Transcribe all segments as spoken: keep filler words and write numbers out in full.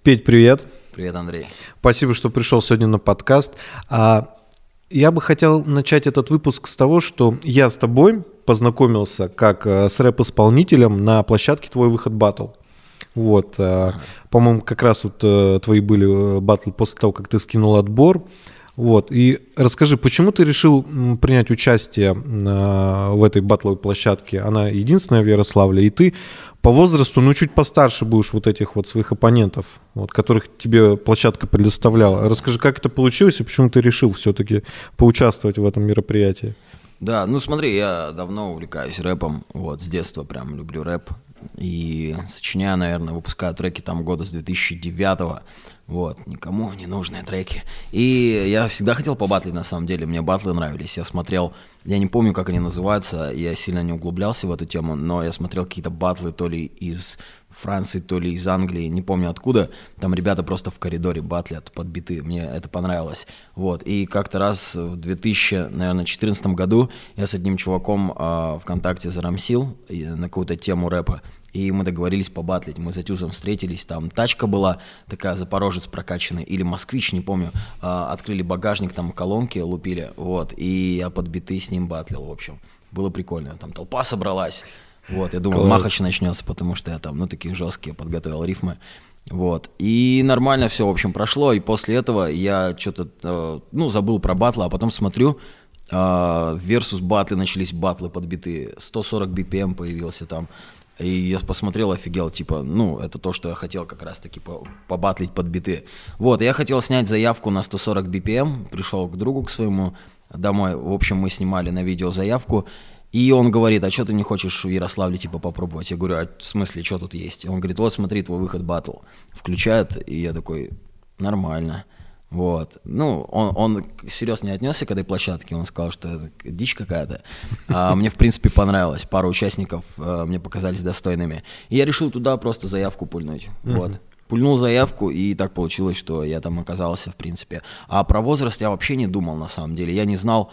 Петь, привет. Привет, Андрей. Спасибо, что пришел сегодня на подкаст. А, я бы хотел начать этот выпуск с того, что я с тобой познакомился как с рэп-исполнителем на площадке «Твой выход батл». Вот, ага. По-моему, как раз вот твои были батлы после того, как ты скинул отбор. Вот, и расскажи, почему ты решил принять участие в этой батловой площадке? Она единственная в Ярославле, и ты по возрасту, ну, чуть постарше будешь вот этих вот своих оппонентов, вот, которых тебе площадка предоставляла. Расскажи, как это получилось и почему ты решил все-таки поучаствовать в этом мероприятии? Да, ну смотри, я давно увлекаюсь рэпом, вот, с детства прям люблю рэп. И сочиняю, наверное, выпускаю треки там года с две тысячи девятого. Вот, никому не нужные треки. И я всегда хотел побатлить, на самом деле, мне батлы нравились. Я смотрел, я не помню, как они называются, я сильно не углублялся в эту тему, но я смотрел какие-то батлы то ли из Франции, то ли из Англии, не помню откуда. Там ребята просто в коридоре батлят под биты, мне это понравилось. Вот, и как-то раз в две тысячи четырнадцатом году я с одним чуваком э, ВКонтакте зарамсил на какую-то тему рэпа. И мы договорились побатлить, мы за Тюзом встретились, там тачка была такая, Запорожец прокачанный, или Москвич, не помню, а, открыли багажник, там колонки лупили, вот, и я под биты с ним батлил, в общем, было прикольно, там толпа собралась, вот, я думал, махач начнется, потому что я там, ну, такие жесткие подготовил рифмы, вот, и нормально все, в общем, прошло, и после этого я что-то, э, ну, забыл про батлы, а потом смотрю, э, Versus батлы, начались батлы под биты, сто сорок би пи эм появился там. И я посмотрел, офигел, типа, ну, это то, что я хотел как раз-таки побатлить под биты. Вот, я хотел снять заявку на сто сорок би пи эм, пришел к другу, к своему, домой, в общем, мы снимали на видео заявку, и он говорит, а что ты не хочешь в Ярославле, типа, попробовать? Я говорю, а в смысле, что тут есть? И он говорит, вот, смотри, твой выход батл. Включает, и я такой, нормально. Вот, ну, он, он серьезно не отнесся к этой площадке, он сказал, что это дичь какая-то, а мне, в принципе, понравилось, пару участников а, мне показались достойными, и я решил туда просто заявку пульнуть, mm-hmm. вот, пульнул заявку, и так получилось, что я там оказался, в принципе, а про возраст я вообще не думал, на самом деле, я не знал,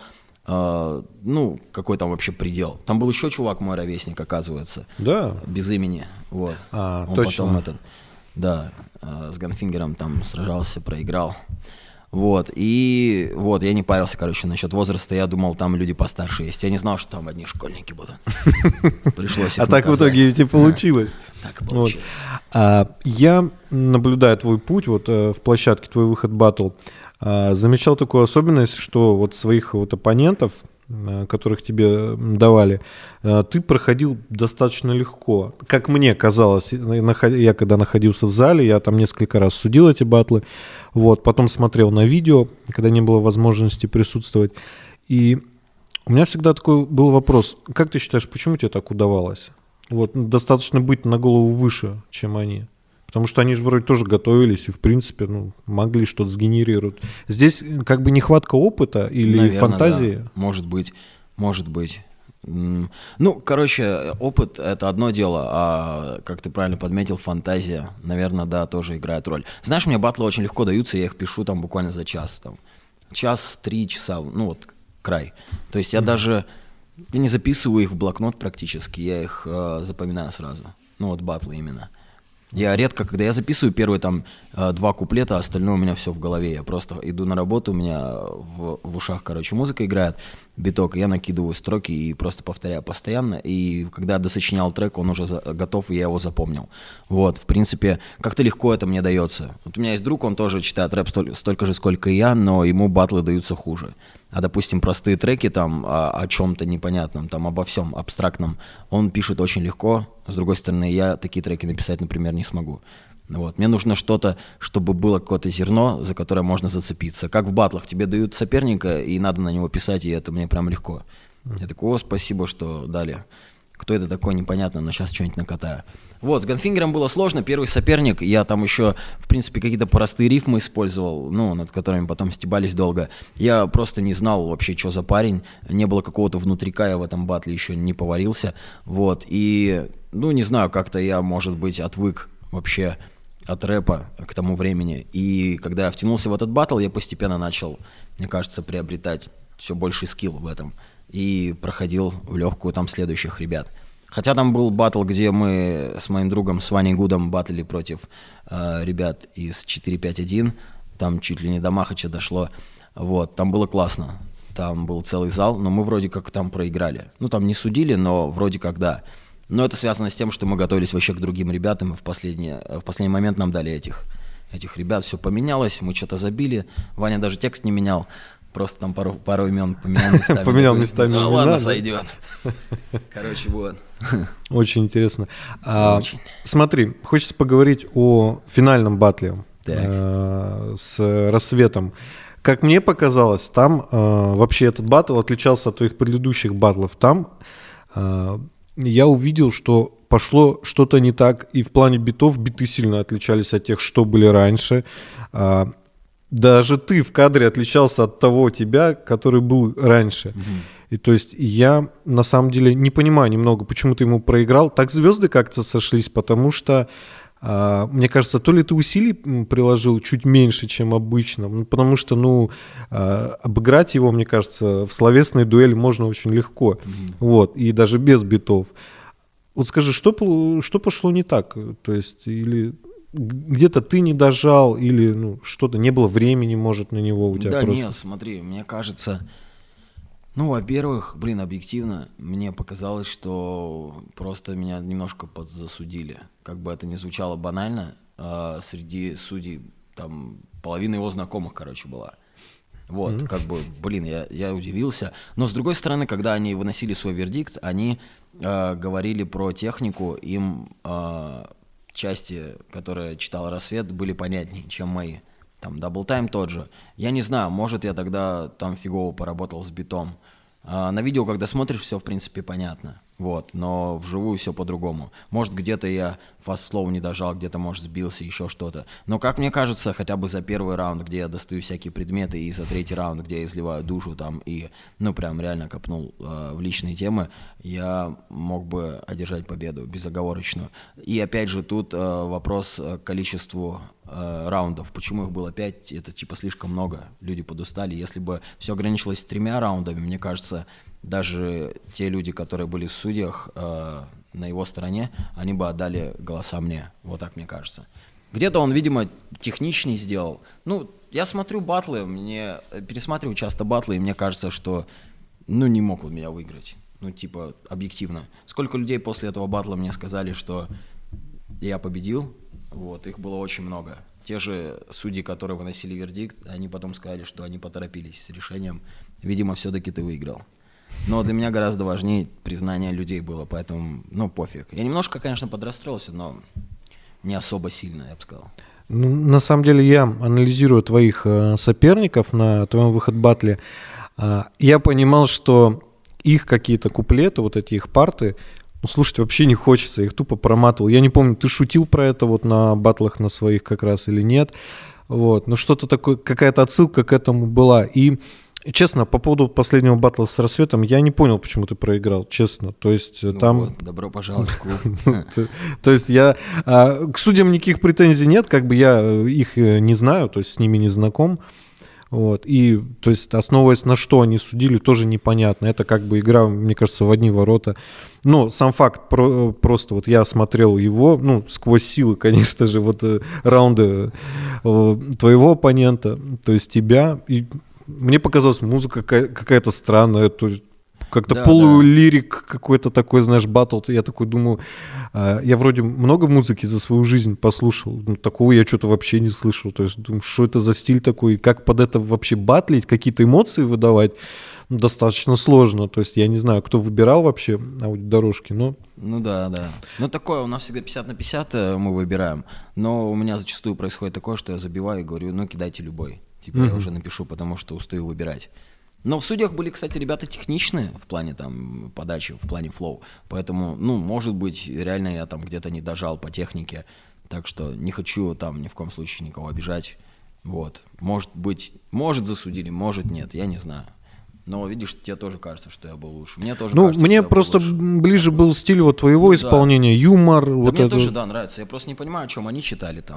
а, ну, какой там вообще предел, там был еще чувак, мой ровесник, оказывается, да. без имени, вот, а, он точно. потом этот... Да, с Ганфингером там сражался, проиграл. Вот, и вот, я не парился, короче, насчет возраста, я думал, там люди постарше есть. Я не знал, что там одни школьники будут. Пришлось их А так в итоге ведь и получилось. Так и получилось. Я, наблюдая твой путь вот в площадке «Твой выход батл», замечал такую особенность, что вот своих вот оппонентов, которых тебе давали, ты проходил достаточно легко. Как мне казалось, я когда находился в зале, я там несколько раз судил эти батлы, вот, потом смотрел на видео, когда не было возможности присутствовать. И у меня всегда такой был вопрос, как ты считаешь, почему тебе так удавалось? Вот, достаточно быть на голову выше, чем они. Потому что они же вроде тоже готовились и, в принципе, ну, могли что-то сгенерировать. Здесь как бы нехватка опыта или Наверное, фантазии? Да. Может быть, может быть. Ну, короче, опыт — это одно дело, а, как ты правильно подметил, фантазия, наверное, да, тоже играет роль. Знаешь, мне батлы очень легко даются, я их пишу там буквально за час. Там. Час, три часа, ну вот, край. То есть я mm-hmm. даже я не записываю их в блокнот практически, я их э, запоминаю сразу. Ну вот батлы именно. Я редко, когда я записываю первые там два куплета, остальное у меня все в голове. Я просто иду на работу, у меня в, в ушах, короче, музыка играет, биток, и я накидываю строки и просто повторяю постоянно. И когда я досочинял трек, он уже за, готов, и я его запомнил. Вот, в принципе, как-то легко это мне дается. Вот у меня есть друг, он тоже читает рэп столь, столько же, сколько и я, но ему батлы даются хуже. А, допустим, простые треки там о, о чем-то непонятном, там обо всем абстрактном, он пишет очень легко. С другой стороны, я такие треки написать, например, не смогу. Вот. Мне нужно что-то, чтобы было какое-то зерно, за которое можно зацепиться. Как в батлах, тебе дают соперника, и надо на него писать, и это мне прям легко. Mm. Я такой, о, спасибо, что дали. Кто это такой, непонятно, но сейчас что-нибудь накатаю. Вот, с Ганфингером было сложно, первый соперник, я там еще, в принципе, какие-то простые рифмы использовал, ну, над которыми потом стебались долго. Я просто не знал вообще, что за парень, не было какого-то внутрика, я в этом батле еще не поварился, вот, и, ну, не знаю, как-то я, может быть, отвык вообще от рэпа к тому времени, и когда я втянулся в этот батл, я постепенно начал, мне кажется, приобретать все больший скилл в этом. И проходил в легкую там следующих ребят. Хотя там был баттл, где мы с моим другом, с Ваней Гудом, баттлили против э, ребят из четыре пять один. Там чуть ли не до Махача дошло. Вот, там было классно. Там был целый зал, но мы вроде как там проиграли. Ну, там не судили, но вроде как да. Но это связано с тем, что мы готовились вообще к другим ребятам, и в последний, в последний момент нам дали этих, этих ребят. Все поменялось, мы что-то забили. Ваня даже текст не менял. Просто там пару, пару имен поменял местами. Поменял местами имена. Ну ладно, сойдет. Короче, вот. Очень интересно. Смотри, хочется поговорить о финальном баттле с «Рассветом». Как мне показалось, там вообще этот баттл отличался от твоих предыдущих баттлов. Там я увидел, что пошло что-то не так, и в плане битов биты сильно отличались от тех, что были раньше. Даже ты в кадре отличался от того тебя, который был раньше. Mm-hmm. И то есть я на самом деле не понимаю немного, почему ты ему проиграл. Так звезды как-то сошлись, потому что, а, мне кажется, то ли ты усилий приложил чуть меньше, чем обычно, ну, потому что, ну, а, обыграть его, мне кажется, в словесной дуэли можно очень легко, mm-hmm. вот, и даже без битов. Вот скажи, что, что пошло не так? То есть, или... Где-то ты не дожал, или ну, что-то, не было времени, может, на него у тебя да просто... нет, смотри, мне кажется, ну, во-первых, блин, объективно, мне показалось, что просто меня немножко подзасудили. Как бы это ни звучало банально, а среди судей там половина его знакомых, короче, была. Вот, mm-hmm. как бы, блин, я, я удивился. Но, с другой стороны, когда они выносили свой вердикт, они э, говорили про технику, им... Э, части, которые читал «Рассвет», были понятнее, чем мои. Там даблтайм тот же. Я не знаю, может, я тогда там фигово поработал с битом. А на видео, когда смотришь, все, в принципе, понятно. Вот, но вживую все по-другому. Может, где-то я фаст-флоу не дожал, где-то, может, сбился, еще что-то. Но, как мне кажется, хотя бы за первый раунд, где я достаю всякие предметы, и за третий раунд, где я изливаю душу там и, ну, прям реально копнул э, в личные темы, я мог бы одержать победу безоговорочную. И, опять же, тут э, вопрос к количеству э, раундов. Почему их было пять? Это, типа, слишком много. Люди подустали. Если бы все ограничилось тремя раундами, мне кажется... Даже те люди, которые были в судьях э, на его стороне, они бы отдали голоса мне. Вот так мне кажется. Где-то он, видимо, техничней сделал. Ну, я смотрю баттлы, мне пересматриваю часто баттлы, и мне кажется, что ну, не мог он меня выиграть. Ну, типа, объективно. Сколько людей после этого баттла мне сказали, что я победил, вот, их было очень много. Те же судьи, которые выносили вердикт, они потом сказали, что они поторопились с решением. Видимо, все-таки ты выиграл. Но для меня гораздо важнее признание людей было, поэтому, ну, пофиг. Я немножко, конечно, подрастроился, но не особо сильно, я бы сказал. Ну, на самом деле, я анализирую твоих э, соперников на твоем выход-баттле. Э, я понимал, что их какие-то куплеты, вот эти их парты, ну, слушать вообще не хочется, их тупо проматывал. Я не помню, ты шутил про это вот на баттлах на своих как раз или нет. Вот, но что-то такое, какая-то отсылка к этому была. И честно, по поводу последнего баттла с «Рассветом», я не понял, почему ты проиграл, честно. То есть ну там... Вот, добро пожаловать в клуб. То есть я... К судьям никаких претензий нет, как бы я их не знаю, то есть с ними не знаком. Вот. И, то есть, основываясь на что они судили, тоже непонятно. Это как бы игра, мне кажется, в одни ворота. Но сам факт, про, просто вот я смотрел его, ну, сквозь силы, конечно же, вот раунды твоего оппонента, то есть тебя, и мне показалось, музыка какая-то странная, то есть как-то да, полулирик да. какой-то такой, знаешь, баттл. Я такой думаю, я вроде много музыки за свою жизнь послушал, но такого я что-то вообще не слышал. То есть думаю, что это за стиль такой, как под это вообще баттлить, какие-то эмоции выдавать, ну, достаточно сложно. То есть я не знаю, кто выбирал вообще аудиодорожки, но... Ну да, да. Ну такое, у нас всегда пятьдесят на пятьдесят мы выбираем, но у меня зачастую происходит такое, что я забиваю и говорю, ну кидайте любой. Типа mm-hmm. я уже напишу, потому что устаю выбирать. Но в судьях были, кстати, ребята техничные в плане там подачи, в плане флоу. Поэтому, ну, может быть, реально я там где-то не дожал по технике. Так что не хочу там ни в коем случае никого обижать. Вот. Может быть, может засудили, может нет, я не знаю. Но, видишь, тебе тоже кажется, что я был лучше. Мне тоже ну, кажется, мне что я просто был лучше. ближе был стиль вот твоего ну, исполнения, да. юмор. Да вот мне это. тоже, да, нравится. Я просто не понимаю, о чем они читали там.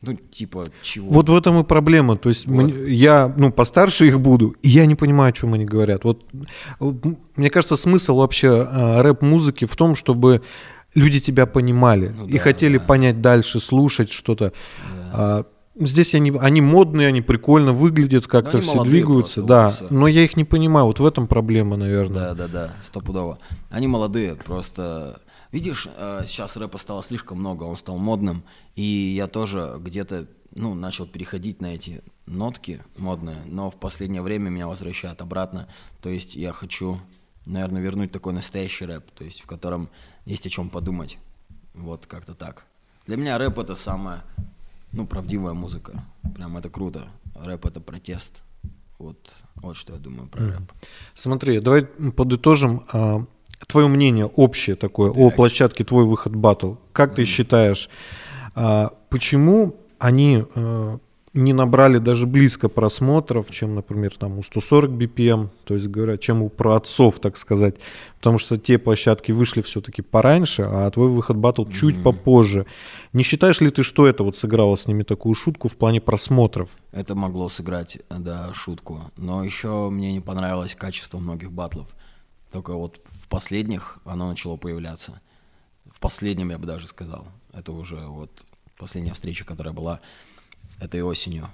Ну, типа, чего? Вот в этом и проблема. То есть Вот. мне- я, ну, постарше их буду, и я не понимаю, о чем они говорят. Вот, вот, м, мне кажется, смысл вообще а, рэп-музыки в том, чтобы люди тебя понимали Ну и да, хотели да. понять дальше, слушать что-то. Да. А, здесь они, они модные, они прикольно выглядят, как-то они все молодые двигаются. просто, Да, вот и всё. но я их не понимаю. Вот в этом проблема, наверное. Да, да, да, стопудово. Они молодые, просто... Видишь, э, сейчас рэпа стало слишком много, он стал модным, и я тоже где-то, ну, начал переходить на эти нотки модные, но в последнее время меня возвращает обратно. То есть я хочу, наверное, вернуть такой настоящий рэп, то есть в котором есть о чем подумать. Вот как-то так. Для меня рэп — это самая, ну, правдивая музыка. Прям это круто. Рэп — это протест. Вот, вот что я думаю про рэп. Смотри, давай подытожим. а, Твое мнение общее такое о Так. площадке «Твой выход батл». Как ты считаешь, а, почему они э, не набрали даже близко просмотров, чем, например, там у сто сорок би пи эм, то есть говорят, чем у праотцов, так сказать, потому что те площадки вышли все-таки пораньше, а «Твой выход батл» чуть Мгм. попозже. Не считаешь ли ты, что это вот сыграло с ними такую шутку в плане просмотров? Это могло сыграть, да, шутку. Но еще мне не понравилось качество многих батлов. Только вот в последних оно начало появляться. В последнем, я бы даже сказал. Это уже вот последняя встреча, которая была этой осенью.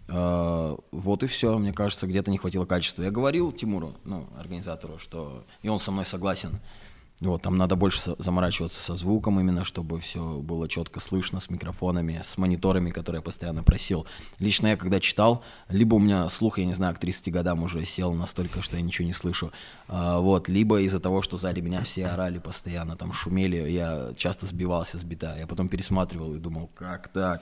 А, вот и все. Мне кажется, где-то не хватило качества. Я говорил Тимуру, ну, организатору, что... И он со мной согласен. Вот, там надо больше со- заморачиваться со звуком именно, чтобы все было четко слышно, с микрофонами, с мониторами, которые я постоянно просил. Лично я когда читал, либо у меня слух, я не знаю, к тридцати годам уже сел настолько, что я ничего не слышу, а, вот, либо из-за того, что сзади меня все орали постоянно, там шумели, я часто сбивался с бита. Я потом пересматривал и думал, как так?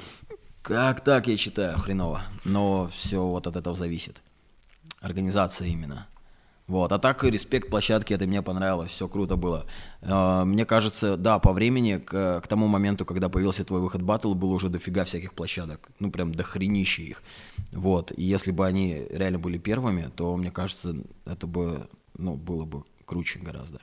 Как так я читаю? Хреново. Но все вот от этого зависит. Организация именно. Вот. А так, респект площадке, это мне понравилось, все круто было. Э, Мне кажется, да, по времени, к, к тому моменту, когда появился твой выход батл, было уже дофига всяких площадок. Ну, прям дохренище их. Вот. И если бы они реально были первыми, то, мне кажется, это бы, ну, было бы круче гораздо.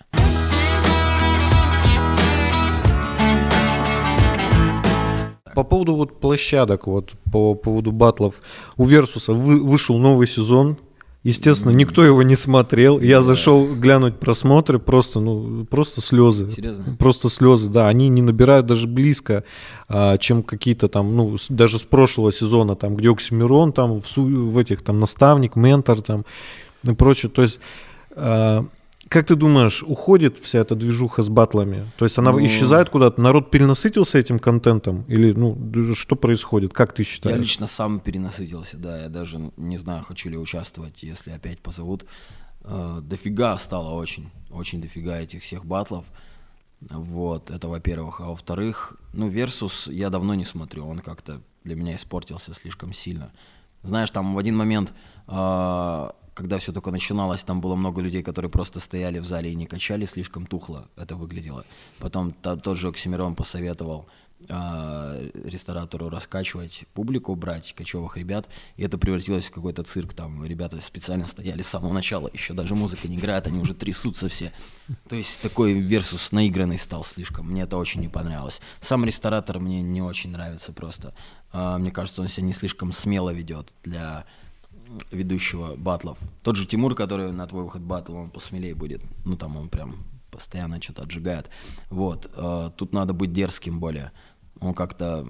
По поводу вот площадок, вот по поводу батлов, у Версуса вы- вышел новый сезон. Естественно, никто его не смотрел. Я зашел глянуть просмотры, просто, ну, просто слезы. Серьезно? Просто слезы, да. Они не набирают даже близко, а, чем какие-то там, ну, с- даже с прошлого сезона, там, где Оксимирон, там, в, су- в этих, там, наставник, ментор, там, и прочее. То есть, а, как ты думаешь, уходит вся эта движуха с батлами? То есть она Ну, исчезает куда-то? Народ перенасытился этим контентом? Или, ну, д- что происходит? Как ты Я считаешь? лично сам перенасытился, да, я даже не знаю, хочу ли участвовать, если опять позовут. Э, дофига стало очень, очень дофига этих всех батлов. Вот, это во-первых. А во-вторых, ну, Versus я давно не смотрю, он как-то для меня испортился слишком сильно. Знаешь, там в один момент, э, когда все только начиналось, там было много людей, которые просто стояли в зале и не качали, слишком тухло это выглядело. Потом та- тот же Оксимирон посоветовал э, ресторатору раскачивать публику, брать кочевых ребят, и это превратилось в какой-то цирк. Там ребята специально стояли с самого начала, еще даже музыка не играет, они уже трясутся все. То есть такой Versus наигранный стал слишком, мне это очень не понравилось. Сам ресторатор мне не очень нравится просто. Э, мне кажется, он себя не слишком смело ведет для ведущего батлов. Тот же Тимур, который на твой выход батл, он посмелее будет. Ну, там он прям постоянно что-то отжигает. Вот. Э, тут надо быть дерзким более. Он как-то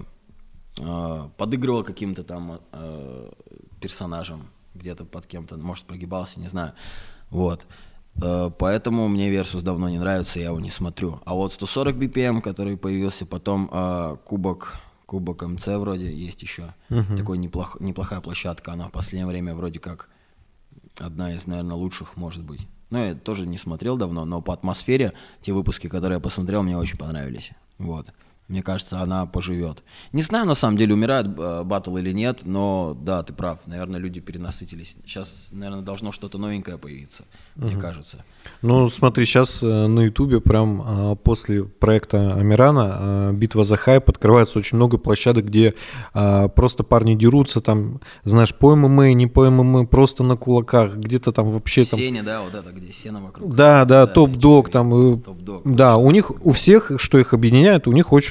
э, подыгрывал каким-то там э, персонажем, где-то под кем-то, может, прогибался, не знаю. Вот. Э, поэтому мне Versus давно не нравится, я его не смотрю. А вот сто сорок би пи эм, который появился потом, э, Кубок... Кубок эм цэ вроде есть еще. Мгм. Такой неплох, неплохая площадка. Она в последнее время вроде как одна из, наверное, лучших, может быть. Ну, я тоже не смотрел давно, но по атмосфере те выпуски, которые я посмотрел, мне очень понравились. Вот. Мне кажется, она поживет. Не знаю, на самом деле, умирает э, батл или нет, но да, ты прав. Наверное, люди перенасытились. Сейчас, наверное, должно что-то новенькое появиться, мне кажется. Ну, смотри, сейчас на Ютубе прям а, после проекта Амирана а, «Битва за хайп» открывается очень много площадок, где а, просто парни дерутся, там, знаешь, по эм эм а, не по эм эм а, просто на кулаках, где-то там вообще там... Сеня, да, вот это, где сена вокруг. Да, да, Да, топ-дог я там. э, Топ-дог. Да, у них, у всех, что их объединяет, у них очень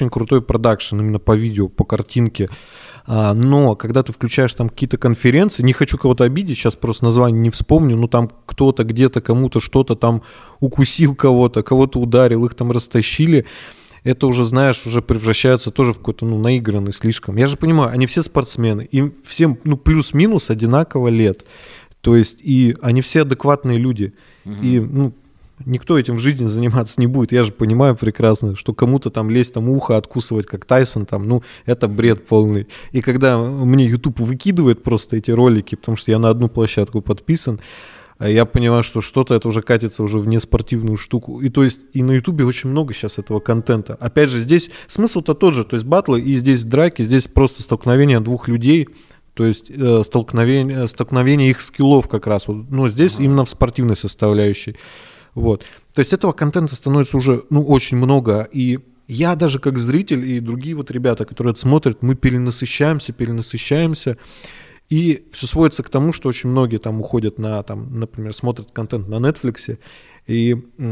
очень крутой продакшн именно по видео, по картинке. А, но когда ты включаешь там какие-то конференции, не хочу кого-то обидеть, сейчас просто название не вспомню, но там кто-то где-то кому-то что-то там укусил кого-то, кого-то ударил, их там растащили. Это уже, знаешь, уже превращается тоже в какой-то, ну, наигранный слишком. Я же понимаю, они все спортсмены, им всем, ну, плюс-минус одинаково лет. То есть, и они все адекватные люди. Угу. И, ну, никто этим в жизни заниматься не будет. Я же понимаю прекрасно, что кому-то там лезть, там ухо откусывать, как Тайсон, там, ну, это бред полный. И когда мне YouTube выкидывает просто эти ролики, потому что я на одну площадку подписан, я понимаю, что что-то это уже катится уже в неспортивную штуку. И то есть и на Ютубе очень много сейчас этого контента. Опять же, здесь смысл-то тот же. То есть батлы, и здесь драки, здесь просто столкновение двух людей. То есть э, столкновение, столкновение их скиллов как раз. Вот, ну, здесь ага. именно в спортивной составляющей. Вот. То есть этого контента становится уже, ну, очень много. И я даже как зритель и другие вот ребята, которые это смотрят, мы перенасыщаемся, перенасыщаемся. И все сводится к тому, что очень многие там уходят на, там, например, смотрят контент на Netflix, и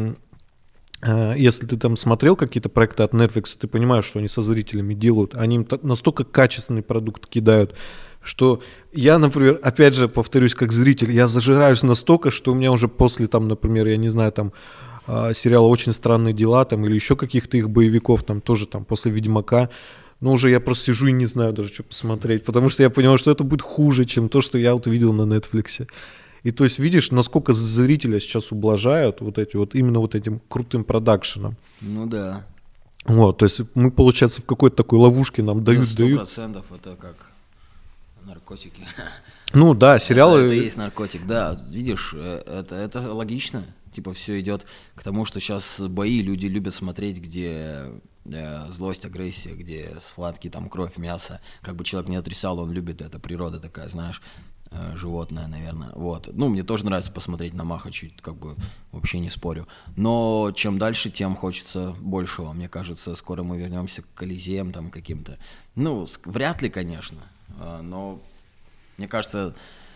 э, если ты там смотрел какие-то проекты от Netflix, ты понимаешь, что они со зрителями делают, они им настолько качественный продукт кидают, что я, например, опять же, повторюсь, как зритель, я зажираюсь настолько, что у меня уже после, там, например, я не знаю, там, э, сериала «Очень странные дела», там, или еще каких-то их боевиков, там, тоже там, после «Ведьмака», ну, уже я просто сижу и не знаю даже, что посмотреть, потому что я понимаю, что это будет хуже, чем то, что я вот видел на Netflix. И то есть видишь, насколько зрителя сейчас ублажают вот эти вот именно вот этим крутым продакшеном. Ну да. Вот, то есть мы, получается, в какой-то такой ловушке нам дают, сто дают. процентов это как наркотики. Ну да, сериалы... Это, это есть наркотик, да. Видишь, это, это логично. Типа все идет к тому, что сейчас бои люди любят смотреть, где... злость, агрессия, где схватки, там кровь, мясо. Как бы человек не отрицал, он любит это, природа такая, знаешь, животное, наверное. Вот. Ну, мне тоже нравится посмотреть на Маха, чуть как бы вообще не спорю. Но чем дальше, тем хочется большего. Мне кажется, скоро мы вернемся к колизеям там каким-то. Ну, вряд ли, конечно, но мне кажется...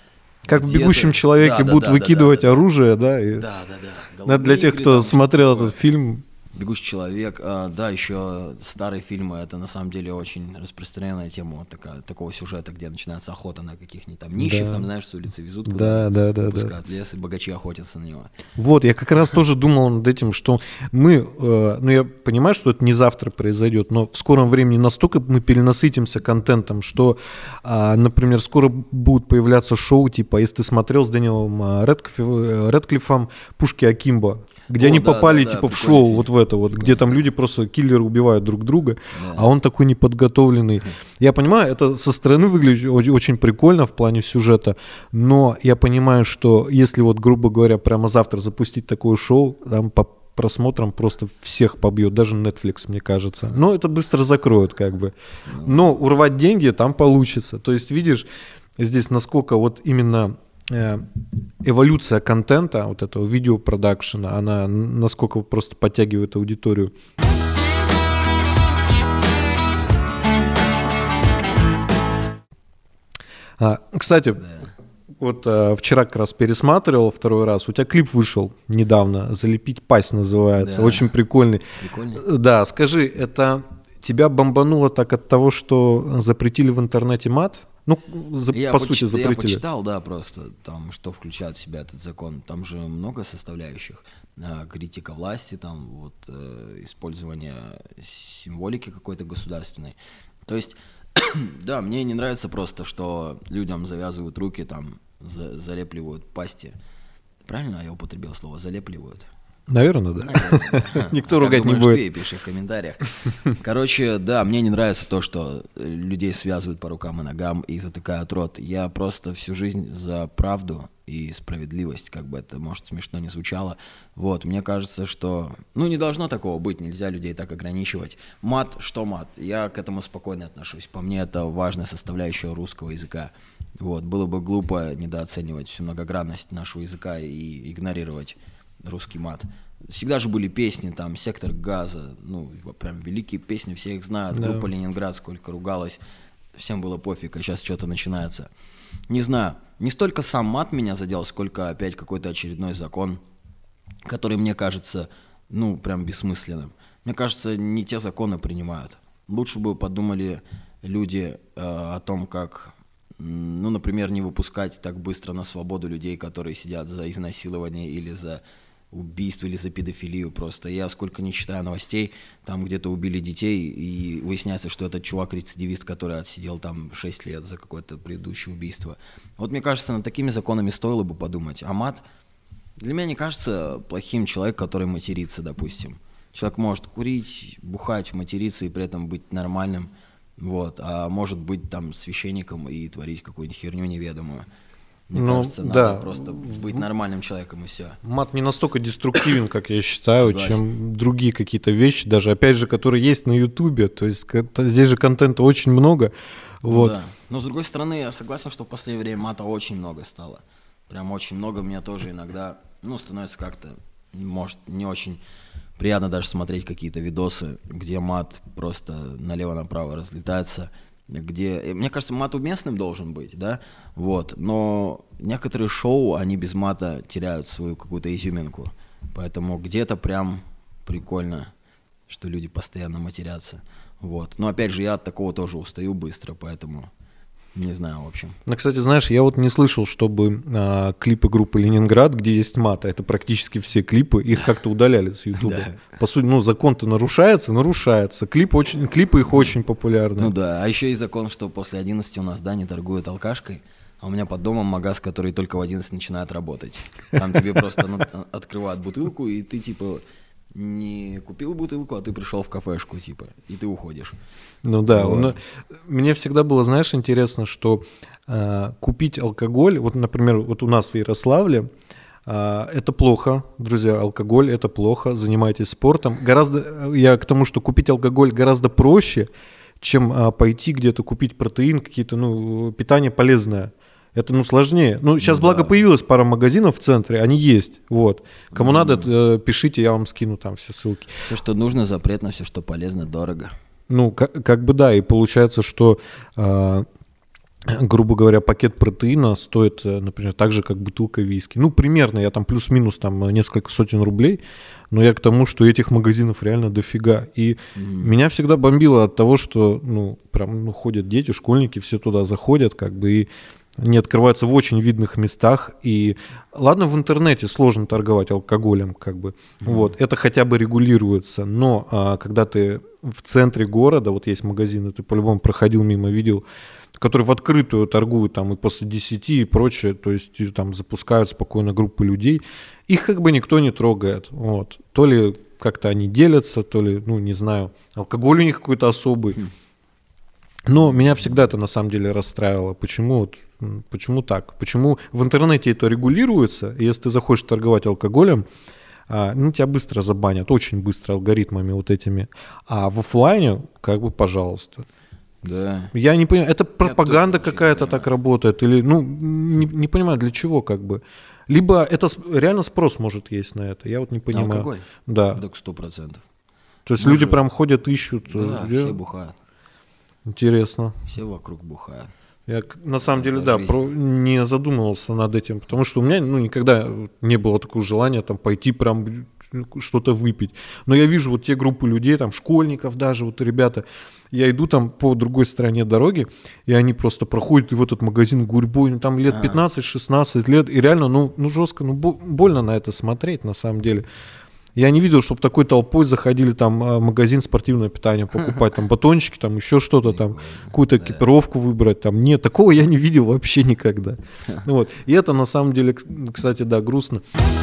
Как в «Бегущем человеке» да, будут да, выкидывать да, да, оружие, да? И... Да, да, да. Для тех, кто там, смотрел этот фильм... «Бегущий человек», а, да, еще старые фильмы, это на самом деле очень распространенная тема, вот такая, такого сюжета, где начинается охота на каких-нибудь там нищих, да. там, знаешь, с улицы везут куда-то, да, да, выпускают да. лес, и богачи охотятся на него. Вот, я как раз тоже думал над этим, что мы, э, ну я понимаю, что это не завтра произойдет, но в скором времени настолько мы перенасытимся контентом, что, э, например, скоро будут появляться шоу, типа, если ты смотрел с Дэниелом Рэдклиффом, Рэдклиффом «Пушки Акимбо», где О, они да, попали да, типа да, в шоу фильм. Вот в это вот, прикольный где там фильм. Люди просто киллеры убивают друг друга, да. а он такой неподготовленный. Я понимаю, это со стороны выглядит очень прикольно в плане сюжета, но я понимаю, что если вот, грубо говоря, прямо завтра запустить такое шоу, там по просмотрам просто всех побьет, даже Netflix, мне кажется. Но это быстро закроют как бы. Но урвать деньги там получится. То есть видишь, здесь насколько вот именно... эволюция контента, вот этого видеопродакшена, она насколько просто подтягивает аудиторию. А, кстати, да. вот а, вчера как раз пересматривал второй раз, у тебя клип вышел недавно, «Залепить пасть» называется, да. очень прикольный. Прикольный. Да, скажи, это тебя бомбануло так от того, что запретили в интернете мат? Ну, за, я по поч- сути, запретили. Я почитал, да, просто там, что включает в себя этот закон. Там же много составляющих. Э, критика власти, там, вот, э, использование символики какой-то государственной. То есть, да, мне не нравится просто, что людям завязывают руки, там, за- залепливают пасти. Правильно я употребил слово «залепливают»? Наверное, да. Наверное. Никто а ругать думаешь, не будет. Ты пиши в комментариях. Короче, да, мне не нравится то, что людей связывают по рукам и ногам и затыкают рот. Я просто всю жизнь за правду и справедливость, как бы это, может, смешно не звучало. Вот, мне кажется, что, ну, не должно такого быть, нельзя людей так ограничивать. Мат, что мат? Я к этому спокойно отношусь. По мне, это важная составляющая русского языка. Вот, было бы глупо недооценивать всю многогранность нашего языка и игнорировать русский мат. Всегда же были песни, там, «Сектор газа», ну, прям великие песни, все их знают, да. Группа «Ленинград» сколько ругалась, всем было пофиг, а сейчас что-то начинается. Не знаю, не столько сам мат меня задел, сколько опять какой-то очередной закон, который мне кажется, ну, прям бессмысленным. Мне кажется, не те законы принимают. лучше бы подумали люди э, о том, как, ну, например, не выпускать так быстро на свободу людей, которые сидят за изнасилование или за убийство, или за педофилию просто. Я сколько не читаю новостей, там где-то убили детей, и выясняется, что этот чувак рецидивист, который отсидел там шесть лет за какое-то предыдущее убийство. Вот мне кажется, над такими законами стоило бы подумать. А мат для меня не кажется плохим человек, который матерится, допустим. Человек может курить, бухать, материться и при этом быть нормальным, вот, а может быть там священником и творить какую-нибудь херню неведомую. Мне ну, кажется, надо да. просто быть нормальным человеком и все. Мат не настолько деструктивен, как я считаю, Согласен. чем другие какие-то вещи, даже, опять же, которые есть на Ютубе. То есть здесь же контента очень много. Ну, вот. да. Но с другой стороны, я согласен, что в последнее время мата очень много стало. Прям очень много. Мне тоже иногда, ну, становится как-то, может, не очень приятно даже смотреть какие-то видосы, где мат просто налево-направо разлетается. Где, мне кажется, мат уместным должен быть, да, вот, но некоторые шоу, они без мата теряют свою какую-то изюминку, поэтому где-то прям прикольно, что люди постоянно матерятся, вот, но опять же, я от такого тоже устаю быстро, поэтому не знаю, в общем. Ну, кстати, знаешь, я вот не слышал, чтобы а, клипы группы «Ленинград», где есть мат, а это практически все клипы, их как-то удаляли с Ютуба. По сути, ну, закон-то нарушается, нарушается. Клипы, очень, клипы их очень популярны. Ну да, а еще и закон, что после одиннадцати у нас, да, не торгуют алкашкой, а у меня под домом магаз, который только в одиннадцать начинает работать. Там тебе просто ну, открывают бутылку, и ты типа... не купил бутылку, а ты пришел в кафешку, типа, и ты уходишь. Ну да, вот. он, мне всегда было, знаешь, интересно, что э, купить алкоголь, вот, например, вот у нас в Ярославле, э, это плохо, друзья, алкоголь это плохо, занимайтесь спортом. Гораздо, я к тому, что купить алкоголь гораздо проще, чем э, пойти где-то купить протеин, какие-то, ну, питание полезное. Это, ну, сложнее. Ну, сейчас, ну, благо, да. появилась пара магазинов в центре, они есть, вот. Кому mm-hmm. надо, э, пишите, я вам скину там все ссылки. Все, что нужно, запрет на все, что полезно, дорого. Ну, как, как бы да, и получается, что, э, грубо говоря, пакет протеина стоит, например, так же, как бутылка виски. Ну, примерно, я там плюс-минус там несколько сотен рублей, но я к тому, что этих магазинов реально дофига. И mm-hmm. меня всегда бомбило от того, что, ну, прям, ну, ходят дети, школьники, все туда заходят, как бы, и они открываются в очень видных местах, и ладно, в интернете сложно торговать алкоголем, как бы, mm-hmm. вот, это хотя бы регулируется, но а, когда ты в центре города, вот есть магазины, ты по-любому проходил мимо, видел, которые в открытую торгуют там и после десяти и прочее, то есть и, там запускают спокойно группы людей, их как бы никто не трогает, вот, то ли как-то они делятся, то ли, ну, не знаю, алкоголь у них какой-то особый. Mm-hmm. Но меня всегда это на самом деле расстраивало. Почему, вот, почему так? Почему в интернете это регулируется, и если ты захочешь торговать алкоголем, а, ну, тебя быстро забанят, очень быстро алгоритмами вот этими. А в офлайне, как бы, пожалуйста. Да. Я не понимаю, это пропаганда какая-то так работает, или, ну, не, не понимаю, для чего, как бы. Либо это реально спрос может есть на это, я вот не понимаю. Алкоголь? Да. Так сто процентов. То есть Может... люди прям ходят, ищут. Да, где... все бухают. Интересно. Все вокруг бухают. Я на самом деле, да, про, не задумывался над этим, потому что у меня, ну, никогда не было такого желания там пойти прям что-то выпить. Но я вижу вот те группы людей, там, школьников даже, вот ребята, я иду там по другой стороне дороги, и они просто проходят и в этот магазин гурьбой, ну, там лет пятнадцать-шестнадцать лет, и реально, ну, ну жестко, ну, больно на это смотреть, на самом деле. Я не видел, чтобы такой толпой заходили там в магазин спортивного питания покупать, там батончики, там еще что-то, там какую-то экипировку выбрать, там нет, такого я не видел вообще никогда. Вот. И это на самом деле, кстати, да, грустно.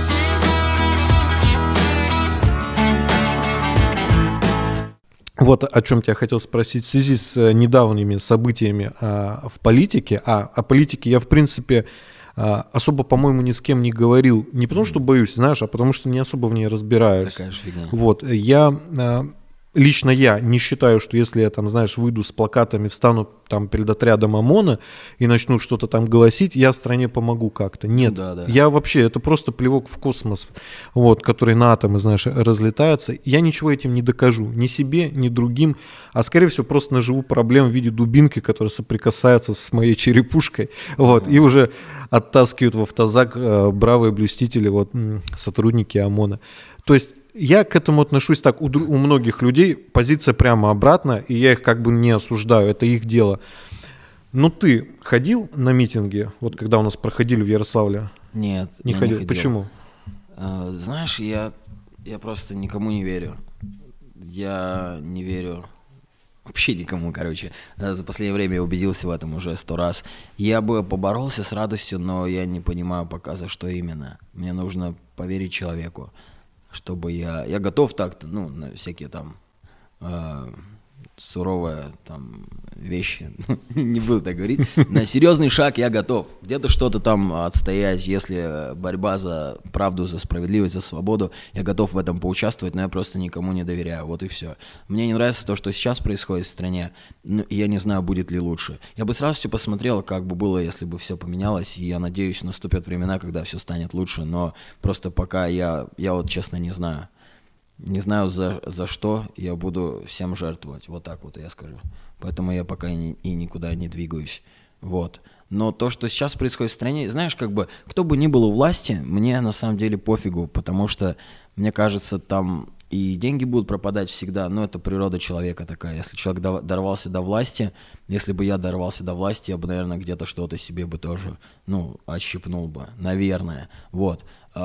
Вот о чем я хотел спросить в связи с недавними событиями а, в политике. А о политике я, в принципе, а, особо, по-моему, ни с кем не говорил. Не потому, что боюсь, знаешь, а потому, что не особо в ней разбираюсь. Такая же фигня. Вот, я... А, лично я не считаю, что если я там, знаешь, выйду с плакатами, встану там перед отрядом ОМОНа и начну что-то там голосить, я стране помогу как-то. Нет, да, да. Я вообще, это просто плевок в космос, вот, который на атомы, знаешь, разлетается. Я ничего этим не докажу, ни себе, ни другим, а скорее всего просто наживу проблем в виде дубинки, которая соприкасается с моей черепушкой, вот, ага. И уже оттаскивают в автозак э, бравые блюстители, вот, сотрудники ОМОНа. То есть я к этому отношусь так, у, у многих людей позиция прямо обратная, и я их как бы не осуждаю, это их дело. Но ты ходил на митинги, вот когда у нас проходили в Ярославле? Нет, не я ходил. не ходил. Почему? А, знаешь, я, я просто никому не верю. Я не верю вообще никому, короче. За последнее время я убедился в этом уже сто раз. Я бы поборолся с радостью, но я не понимаю пока, за что именно. Мне нужно поверить человеку, чтобы я... Я готов так-то, ну, на всякие там... Э, суровые там вещи, не буду так говорить, на серьезный шаг я готов. Где-то что-то там отстоять, если борьба за правду, за справедливость, за свободу, я готов в этом поучаствовать, но я просто никому не доверяю, вот и все. Мне не нравится то, что сейчас происходит в стране, но я не знаю, будет ли лучше. Я бы с радостью посмотрел, как бы было, если бы все поменялось, и я надеюсь, наступят времена, когда все станет лучше, но просто пока я, я вот честно не знаю. Не знаю, за, за что я буду всем жертвовать. Вот так вот я скажу. Поэтому я пока и, и никуда не двигаюсь. Вот. Но то, что сейчас происходит в стране, знаешь, как бы, кто бы ни был у власти, мне на самом деле пофигу, потому что, мне кажется, там и деньги будут пропадать всегда, но это природа человека такая. Если человек до, дорвался до власти, если бы я дорвался до власти, я бы, наверное, где-то что-то себе бы тоже, ну, отщипнул бы, наверное. Вот.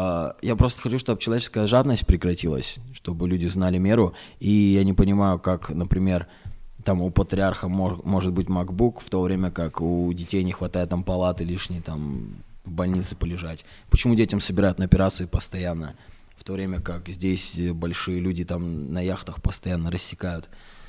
Я просто хочу, чтобы человеческая жадность прекратилась, чтобы люди знали меру, и я не понимаю, как, например, там у патриарха мож, может быть MacBook, в то время как у детей не хватает там палаты лишней, там в больнице полежать. Почему детям собирают на операции постоянно, в то время как здесь большие люди там на яхтах постоянно рассекают?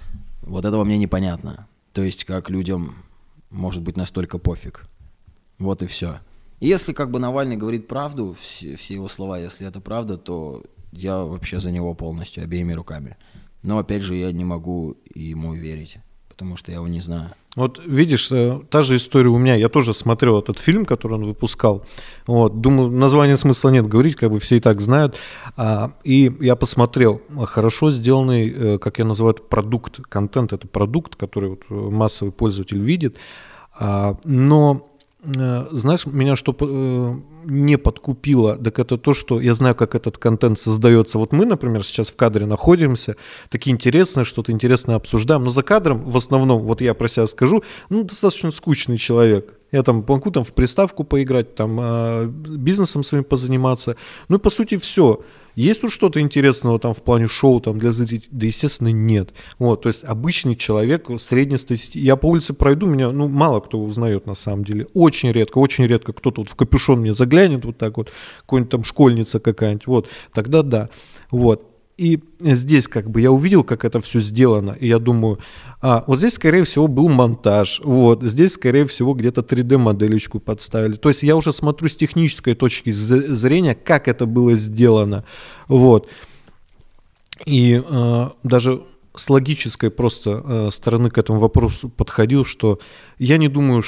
Вот этого мне непонятно. То есть как людям может быть настолько пофиг. Вот и все. Если как бы Навальный говорит правду, все, все его слова, если это правда, то я вообще за него полностью, обеими руками. Но опять же, я не могу ему верить, потому что я его не знаю. Вот видишь, та же история у меня. Я тоже смотрел этот фильм, который он выпускал. Вот, думаю, названия смысла нет говорить, как бы все и так знают. А, и я посмотрел, хорошо сделанный, как я называю, продукт, контент. Это продукт, который вот массовый пользователь видит. А, но... Знаешь, меня что э, не подкупило, так это то, что я знаю, как этот контент создается. Вот мы, например, сейчас в кадре находимся, такие интересные, что-то интересное обсуждаем, но за кадром в основном, вот я про себя скажу, ну, достаточно скучный человек. Я там могу там в приставку поиграть, там э, бизнесом своим позаниматься. Ну и по сути все. Есть тут что-то интересного там в плане шоу там для зрителей? Да, естественно, нет. Вот, то есть обычный человек среднестатистический. Я по улице пройду, меня ну, мало кто узнает на самом деле. Очень редко, очень редко кто-то вот в капюшон мне заглянет, вот так вот, какой-нибудь там школьница какая-нибудь. Вот, тогда да. Вот. И здесь как бы я увидел, как это все сделано, и я думаю, а, вот здесь, скорее всего, был монтаж, вот, здесь, скорее всего, где-то три дэ-моделечку подставили. То есть я уже смотрю с технической точки зрения, как это было сделано, вот. И э, даже с логической просто э, стороны к этому вопросу подходил, что я не думаю,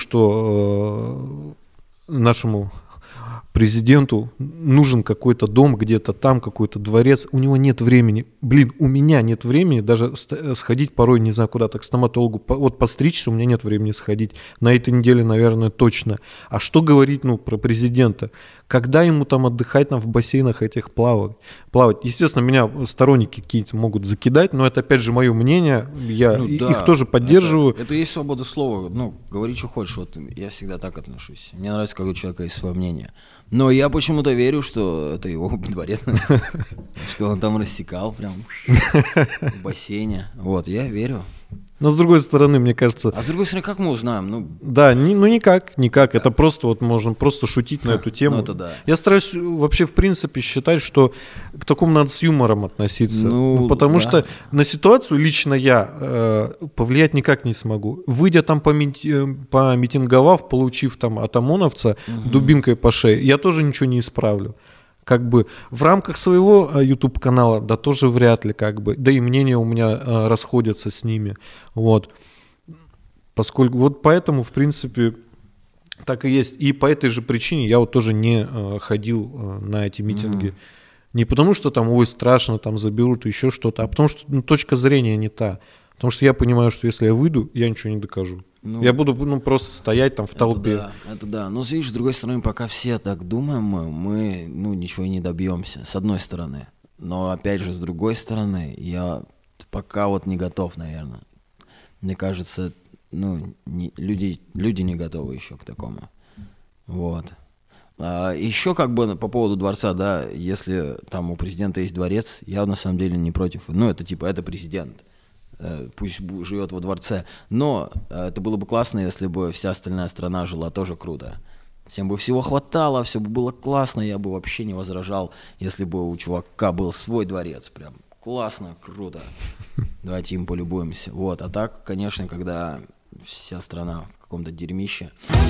что э, нашему... президенту нужен какой-то дом где-то там, какой-то дворец, у него нет времени. Блин, у меня нет времени даже сходить порой, не знаю, куда-то к стоматологу, вот постричься, у меня нет времени сходить. На этой неделе, наверное, точно. А что говорить, ну, про президента? Когда ему там отдыхать, там в бассейнах этих плавать? плавать? Естественно, меня сторонники какие-то могут закидать, но это, опять же, мое мнение, я ну, да, их тоже поддерживаю. Это, это есть свобода слова, ну, говори, что хочешь, вот я всегда так отношусь. Мне нравится, когда у человека есть свое мнение. Но я почему-то верю, что это его дворец, что он там рассекал прям в бассейне. Вот, я верю. Но с другой стороны, мне кажется... А с другой стороны, как мы узнаем? Ну, да, ни, ну никак, никак. Это просто вот можно просто шутить на эту тему. Ну, это да. Я стараюсь вообще в принципе считать, что к такому надо с юмором относиться. Ну, ну, потому да. что на ситуацию лично я э, повлиять никак не смогу. Выйдя там помити- помитинговав, получив там от ОМОНовца угу. дубинкой по шее, я тоже ничего не исправлю. Как бы в рамках своего YouTube-канала, да тоже вряд ли, как бы, да и мнения у меня э, расходятся с ними, вот, поскольку, вот поэтому, в принципе, так и есть, и по этой же причине я вот тоже не э, ходил э, на эти митинги, mm-hmm. не потому что там, ой, страшно, там заберут еще что-то, а потому что ну, точка зрения не та, потому что я понимаю, что если я выйду, я ничего не докажу. Ну, я буду ну, просто стоять там в толпе. Это да, это да. Но видишь, с другой стороны, пока все так думаем, мы, мы ну, ничего и не добьемся. С одной стороны. Но опять же, с другой стороны, я пока вот не готов, наверное. Мне кажется, ну, не, люди, люди не готовы еще к такому. Вот. А еще как бы по поводу дворца, да, если там у президента есть дворец, я на самом деле не против. Ну, это типа, это президент. Пусть живет во дворце. Но это было бы классно, если бы вся остальная страна жила тоже круто. Всем бы всего хватало, все бы было классно, я бы вообще не возражал, если бы у чувака был свой дворец. Прям классно, круто. Давайте им полюбуемся. Вот. А так, конечно, когда вся страна в каком-то дерьмище.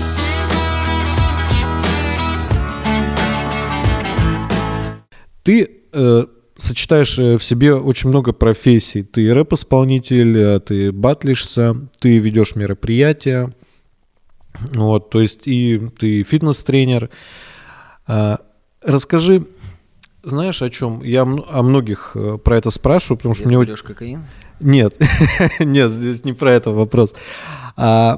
Ты э, сочетаешь в себе очень много профессий. Ты рэп-исполнитель, ты батлишься, ты ведешь мероприятия. Вот, то есть и ты фитнес-тренер. А, расскажи, знаешь, о чем? Я о многих про это спрашиваю, потому что мне... мне... Берешь кокаин? Нет, нет, здесь не про это вопрос. А,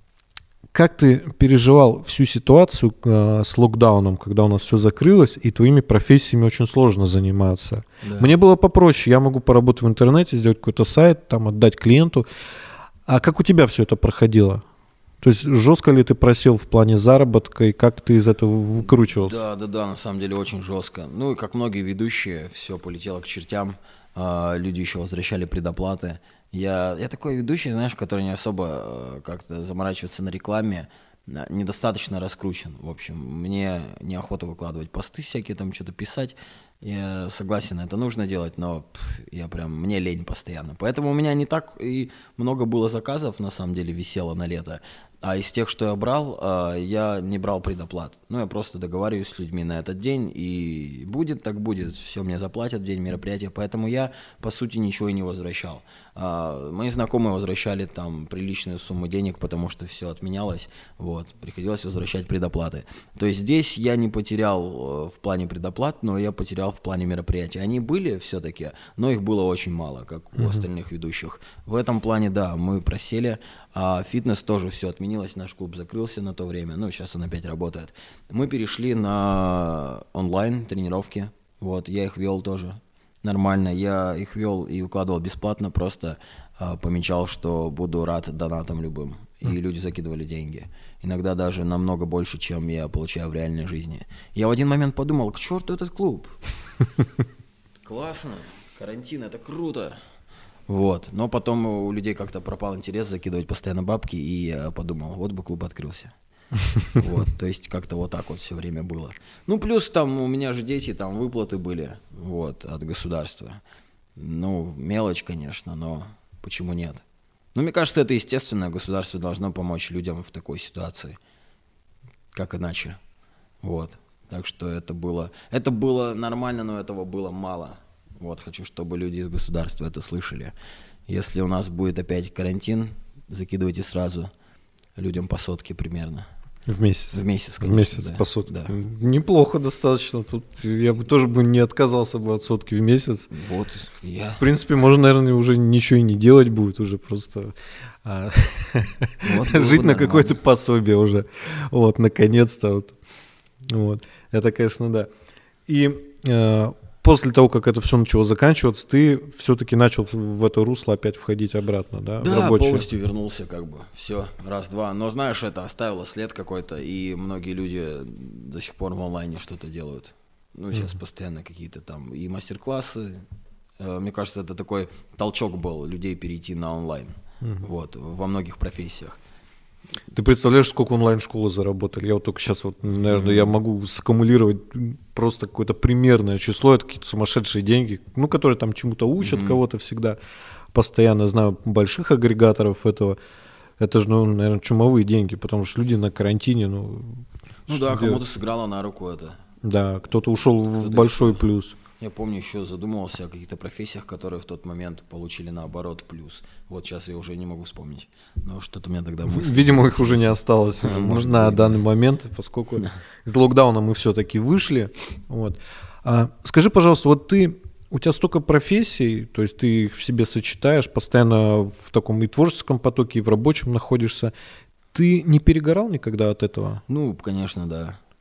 как ты переживал всю ситуацию а, с локдауном, когда у нас все закрылось, и твоими профессиями очень сложно заниматься? Да. Мне было попроще, я могу поработать в интернете, сделать какой-то сайт, там отдать клиенту. А как у тебя все это проходило? То есть жестко ли ты просел в плане заработка, и как ты из этого выкручивался? Да, да, да, на самом деле очень жестко. Ну и как многие ведущие, все полетело к чертям, а, люди еще возвращали предоплаты. Я, я такой ведущий, знаешь, который не особо а, как-то заморачивается на рекламе, недостаточно раскручен. В общем, мне неохота выкладывать посты всякие, там что-то писать. Я согласен, это нужно делать, но пф, я прям, мне лень постоянно. Поэтому у меня не так и много было заказов, на самом деле, висело на лето. А из тех, что я брал, я не брал предоплат. Ну, я просто договариваюсь с людьми на этот день, и будет так будет, все мне заплатят в день мероприятия, поэтому я, по сути, ничего и не возвращал. Мои знакомые возвращали там приличную сумму денег, потому что все отменялось, вот, приходилось возвращать предоплаты. То есть здесь я не потерял в плане предоплат, но я потерял в плане мероприятий. Они были все-таки, но их было очень мало, как у mm-hmm. остальных ведущих. В этом плане, да, мы просели, а фитнес тоже все отменилось, наш клуб закрылся на то время, ну, сейчас он опять работает. Мы перешли на онлайн тренировки, вот, я их вел тоже нормально, я их вел и выкладывал бесплатно, просто а, помечал, что буду рад донатам любым, и mm. люди закидывали деньги. Иногда даже намного больше, чем я получаю в реальной жизни. Я в один момент подумал, к черту этот клуб. Классно, карантин, это круто. Вот, но потом у людей как-то пропал интерес закидывать постоянно бабки, и я подумал, вот бы клуб открылся. Вот, то есть как-то вот так вот все время было. Ну, плюс там у меня же дети, там выплаты были, вот, от государства. Ну, мелочь, конечно, но почему нет? Ну, мне кажется, это естественно, государство должно помочь людям в такой ситуации. Как иначе? Вот, так что это было, это было нормально, но этого было мало. Вот, хочу, чтобы люди из государства это слышали. Если у нас будет опять карантин, закидывайте сразу людям по сотке примерно. В месяц? В месяц, конечно. В месяц да. по сотке. Да. Неплохо достаточно. Тут я бы тоже бы не отказался бы от сотки в месяц. Вот, я... В принципе, можно, наверное, уже ничего и не делать будет, уже просто а, вот жить на какое-то пособие уже. Вот, наконец-то. Вот. Вот. Это, конечно, да. И... А, после того, как это все начало заканчиваться, ты все-таки начал в это русло опять входить обратно, да? Да, полностью вернулся, как бы. Все, раз-два. Но знаешь, это оставило след какой-то, и многие люди до сих пор в онлайне что-то делают. Ну, сейчас mm-hmm. постоянно какие-то там и мастер-классы. Мне кажется, это такой толчок был людей перейти на онлайн. Mm-hmm. Вот, во многих профессиях. Ты представляешь, сколько онлайн-школы заработали? Я вот только сейчас, вот, наверное, mm-hmm. я могу саккумулировать просто какое-то примерное число, это какие-то сумасшедшие деньги, ну, которые там чему-то учат mm-hmm. кого-то всегда. Постоянно знаю больших агрегаторов этого. Это же, ну, наверное, чумовые деньги, потому что люди на карантине, ну... Ну да, кому-то сыграло на руку это. Да, кто-то ушел в большой еще... плюс. Я помню, еще задумывался о каких-то профессиях, которые в тот момент получили наоборот плюс. Вот сейчас я уже не могу вспомнить. Но что-то у меня тогда мысли. Видимо, их уже не осталось на данный момент, поскольку из локдауна мы все-таки вышли. Вот. А, скажи, пожалуйста, вот ты, у тебя столько профессий, то есть ты их в себе сочетаешь, постоянно в таком и творческом потоке, и в рабочем находишься. Ты не перегорал никогда от этого? Ну, конечно, да.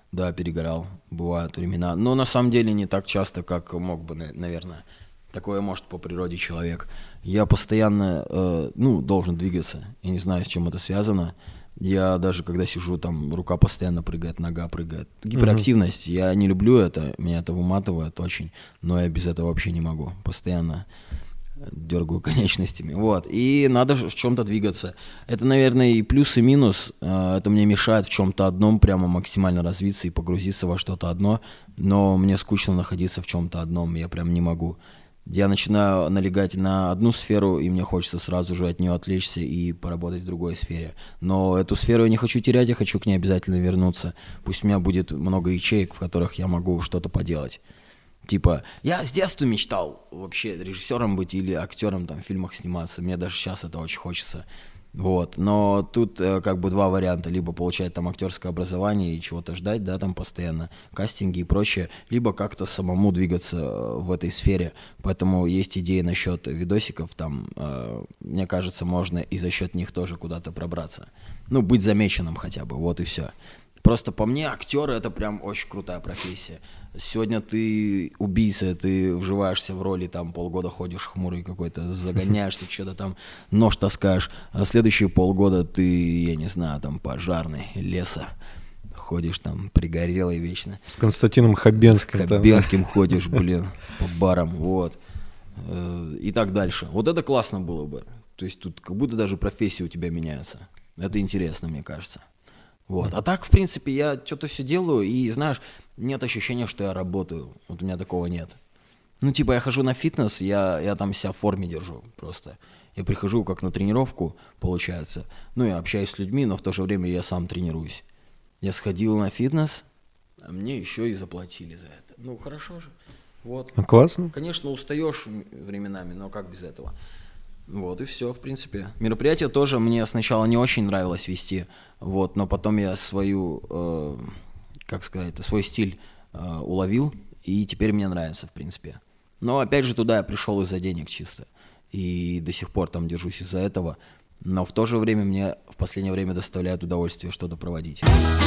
Да, перегорал, бывают времена. Но на самом деле не так часто, как мог бы, наверное. Такое может по природе человек. Я постоянно, э, ну, должен двигаться. Я не знаю, с чем это связано. Я даже когда сижу, там, рука постоянно прыгает, нога прыгает. Гиперактивность, mm-hmm. я не люблю это, меня это выматывает очень, но я без этого вообще не могу. Постоянно дергаю конечностями. Вот. И надо в чем-то двигаться. Это, наверное, и плюс, и минус. Это мне мешает в чем-то одном прямо максимально развиться и погрузиться во что-то одно. Но мне скучно находиться в чем-то одном, я прям не могу. Я начинаю налегать на одну сферу, и мне хочется сразу же от нее отвлечься и поработать в другой сфере. Но эту сферу я не хочу терять, я хочу к ней обязательно вернуться. Пусть у меня будет много ячеек, в которых я могу что-то поделать. Типа, я с детства мечтал вообще режиссером быть или актером там, в фильмах сниматься. Мне даже сейчас это очень хочется. Вот. Но тут э, как бы два варианта. Либо получать там актерское образование и чего-то ждать, да, там постоянно кастинги и прочее, либо как-то самому двигаться э, в этой сфере. Поэтому есть идеи насчет видосиков, там, э, мне кажется, можно и за счет них тоже куда-то пробраться. Ну, быть замеченным хотя бы, вот и все. Просто по мне актеры — это прям очень крутая профессия. Сегодня ты убийца, ты вживаешься в роли, там полгода ходишь хмурый какой-то, загоняешься, что-то там нож таскаешь, а следующие полгода ты, я не знаю, там пожарный, леса, ходишь там пригорелый вечно. С Константином Хабенским. С Хабенским там ходишь, блин, по барам, вот. И так дальше. Вот это классно было бы. То есть тут как будто даже профессия у тебя меняется. Это интересно, мне кажется. Вот. А так, в принципе, я что-то все делаю, и, знаешь, нет ощущения, что я работаю. Вот у меня такого нет. Ну, типа, я хожу на фитнес, я, я там себя в форме держу просто. Я прихожу как на тренировку, получается. Ну, я общаюсь с людьми, но в то же время я сам тренируюсь. Я сходил на фитнес, а мне еще и заплатили за это. Ну, хорошо же. Вот. Ну, классно. Конечно, устаешь временами, но как без этого? Вот и все, в принципе. Мероприятие тоже мне сначала не очень нравилось вести, вот, но потом я свою, э, как сказать, свой стиль э, уловил, и теперь мне нравится, в принципе. Но опять же туда я пришел из-за денег чисто, и до сих пор там держусь из-за этого, но в то же время мне в последнее время доставляет удовольствие что-то проводить.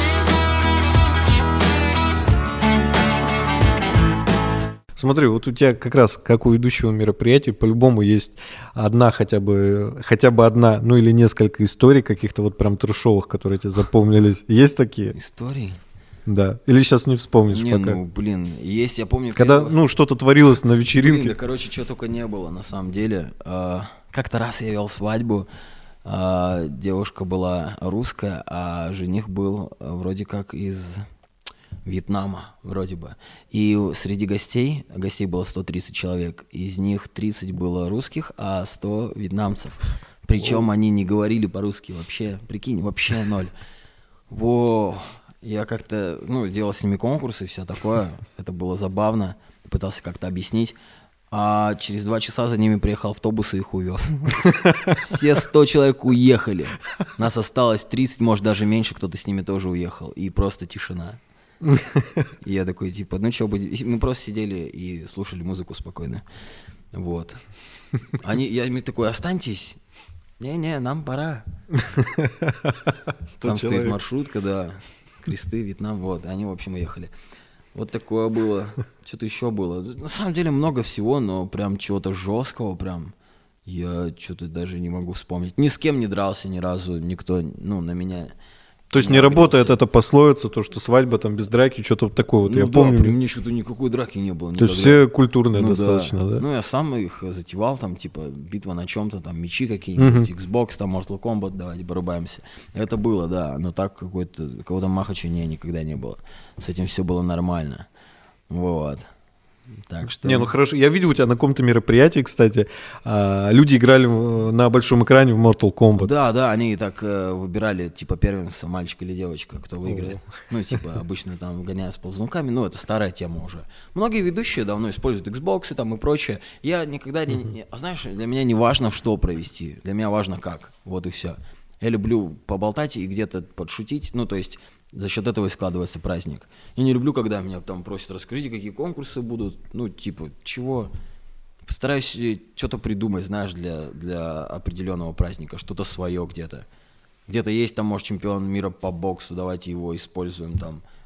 Смотри, вот у тебя как раз, как у ведущего мероприятия, по-любому есть одна хотя бы, хотя бы одна, ну или несколько историй каких-то вот прям трешовых, которые тебе запомнились. Есть такие? Истории? Да. Или сейчас не вспомнишь не, пока? ну, блин, есть, я помню... Когда, первого... ну, что-то творилось на вечеринке. Блин, да, короче, чего только не было, на самом деле. Как-то раз я вел свадьбу, девушка была русская, а жених был вроде как из... Вьетнама, вроде бы. И среди гостей, гостей было сто тридцать человек, из них тридцать было русских, а сто вьетнамцев. Причем О. они не говорили по-русски вообще, прикинь, вообще ноль. Во, я как-то, ну, делал с ними конкурсы и все такое, это было забавно, пытался как-то объяснить. А через два часа за ними приехал автобус и их увез. Все сто человек уехали. Нас осталось тридцать, может даже меньше, кто-то с ними тоже уехал. И просто тишина. И я такой, типа, ну что, мы просто сидели и слушали музыку спокойно. Вот. Они, я им такой, останьтесь. Не-не, нам пора. Там стоит маршрутка, да. Кресты, Вьетнам, вот. Они, в общем, уехали. Вот такое было. Что-то еще было. На самом деле много всего, но прям чего-то жесткого прям я что-то даже не могу вспомнить. Ни с кем не дрался ни разу, никто, ну, на меня... То есть не, не работает эта пословица, то, что свадьба там без драки, что-то такое. Вот ну я да, помню. при мне что-то никакой драки не было никогда. То есть все культурные ну, достаточно, да. да? Ну я сам их затевал, там типа битва на чем-то, там мечи какие-нибудь, uh-huh. Xbox, там Mortal Kombat, давайте порубаемся. Это было, да, но так какой-то, какого-то махача не, никогда не было. С этим все было нормально. Вот. Так что... Не, ну хорошо. Я видел у тебя на каком-то мероприятии, кстати, люди играли на большом экране в Mortal Kombat. Да, да, они так э, выбирали, типа, первенца, мальчик или девочка, кто выиграет. Oh. Ну, типа, обычно там гоняют с ползунками, ну, это старая тема уже. Многие ведущие давно используют Xbox там и прочее. Я никогда не... не... А знаешь, для меня не важно, что провести, для меня важно как, вот и все. Я люблю поболтать и где-то подшутить, ну, то есть... За счет этого и складывается праздник. Я не люблю, когда меня там просят, расскажите, какие конкурсы будут. Ну, типа, чего? Постараюсь что-то придумать, знаешь, для, для определенного праздника. Что-то свое где-то. Где-то есть там, может, чемпион мира по боксу, давайте его используем там.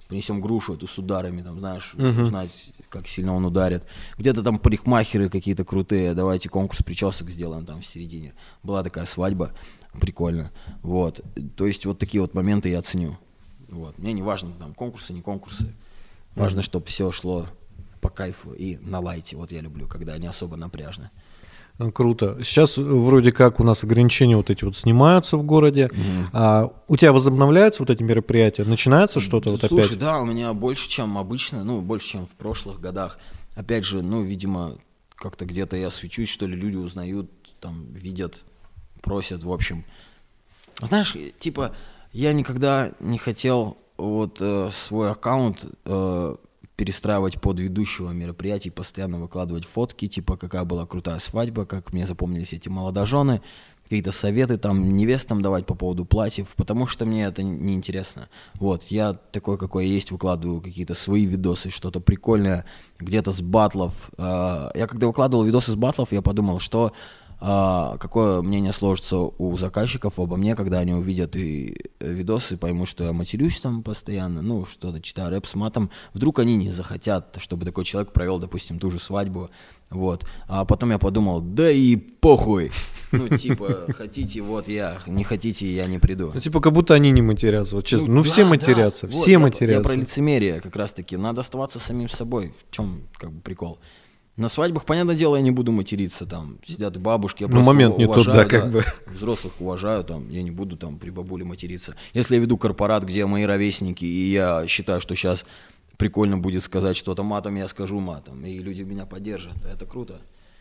принесем грушу эту с ударами, там, знаешь, Мгм. узнать, как сильно он ударит. Где-то там парикмахеры какие-то крутые, давайте конкурс причесок сделаем там в середине. Была такая свадьба, прикольно. Вот, то есть вот такие вот моменты я ценю. Вот. Мне не важно, там, конкурсы, не конкурсы. Важно, чтобы все шло по кайфу и на лайте. Вот я люблю, когда не особо напряжно. Ну, круто. Сейчас э, вроде как у нас ограничения вот эти вот снимаются в городе. А у тебя возобновляются вот эти мероприятия? Начинается что-то вот Слушай, опять? да, у меня больше, чем обычно, ну, больше, чем в прошлых годах. Опять же, ну, видимо, как-то где-то я свечусь, что ли, люди узнают, там, видят, просят, в общем. Знаешь, типа, я никогда не хотел вот э, свой аккаунт э, перестраивать под ведущего мероприятий, постоянно выкладывать фотки, типа, какая была крутая свадьба, как мне запомнились эти молодожены, какие-то советы там невестам давать по поводу платьев, потому что мне это неинтересно. Вот, я такой, какой я есть, выкладываю какие-то свои видосы, что-то прикольное, где-то с батлов. Э, Я когда выкладывал видосы с батлов, я подумал, что а, какое мнение сложится у заказчиков обо мне, когда они увидят и видосы, поймут, что я матерюсь там постоянно, ну, что-то читаю рэп с матом. Вдруг они не захотят, чтобы такой человек провел, допустим, ту же свадьбу. Вот. А потом я подумал, да и похуй. Ну, типа, хотите, вот я, не хотите, я не приду. Ну, типа, как будто они не матерятся, вот честно. Ну, да, все да. матерятся, Вот, все я, матерятся. Я про лицемерие как раз-таки. Надо оставаться самим собой. В чем, как бы, прикол? На свадьбах, понятное дело, я не буду материться, там, сидят бабушки, я Ну, просто момент не уважаю, тот, да, как бы. взрослых уважаю, там, я не буду там при бабуле материться. Если я веду корпорат, где мои ровесники, и я считаю, что сейчас прикольно будет сказать что-то матом, я скажу матом, и люди меня поддержат, это круто.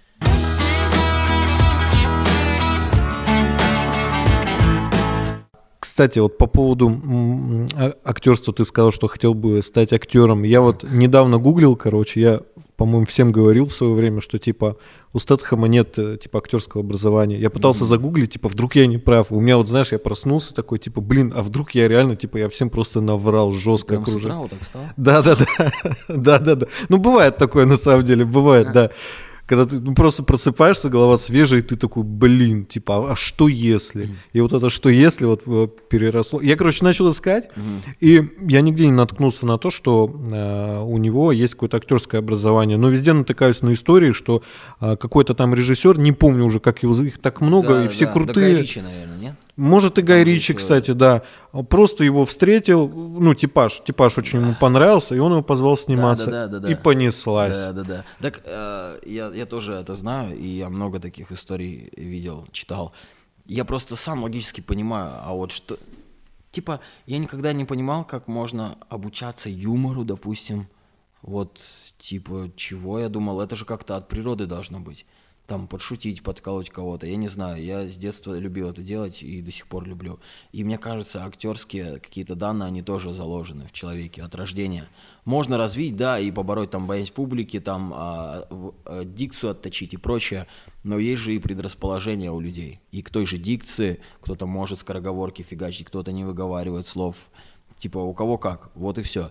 Кстати, вот по поводу м, а- актерства ты сказал, что хотел бы стать актером. Я вот недавно гуглил, короче, я, по-моему, всем говорил в свое время, что типа у Стэтхэма нет э, типа актерского образования. Я пытался загуглить, типа вдруг я не прав. У меня вот, знаешь, я проснулся такой, типа, блин, а вдруг я реально, типа, я всем просто наврал жестко. Прям с окружил. утра вот так встал? Да, да, да, да, да, да. Ну бывает такое на самом деле, бывает, да. Когда ты ну, просто просыпаешься, голова свежая, и ты такой, блин, типа, а, а что если? И вот это что если вот э, переросло. Я, короче, начал искать, и я нигде не наткнулся на то, что э, у него есть какое-то актерское образование. Но везде натыкаюсь на истории, что э, какой-то там режиссер, не помню уже, как его, их так много, Да, и все да. крутые. Да Гай Ричи, наверное, нет? Может и Гай Там же Ричи, еще- кстати, да. Просто его встретил, ну, типаж, типаж очень ему понравился, и он его позвал сниматься. Да, да, да, да, И да. понеслась. Да, да, да. Так э, я, я тоже это знаю, и я много таких историй видел, читал. Я просто сам логически понимаю, а вот что... Типа, я никогда не понимал, как можно обучаться юмору, допустим. Вот, типа, чего я думал, это же как-то от природы должно быть. Там, подшутить, подколоть кого-то, я не знаю. Я с детства любил это делать и до сих пор люблю. И мне кажется, актерские какие-то данные, они тоже заложены в человеке от рождения. Можно развить, да, и побороть там боязнь публики, там а, в- а, дикцию отточить и прочее, но есть же и предрасположение у людей. И к той же дикции кто-то может скороговорки фигачить, кто-то не выговаривает слов. Типа у кого как, вот и все.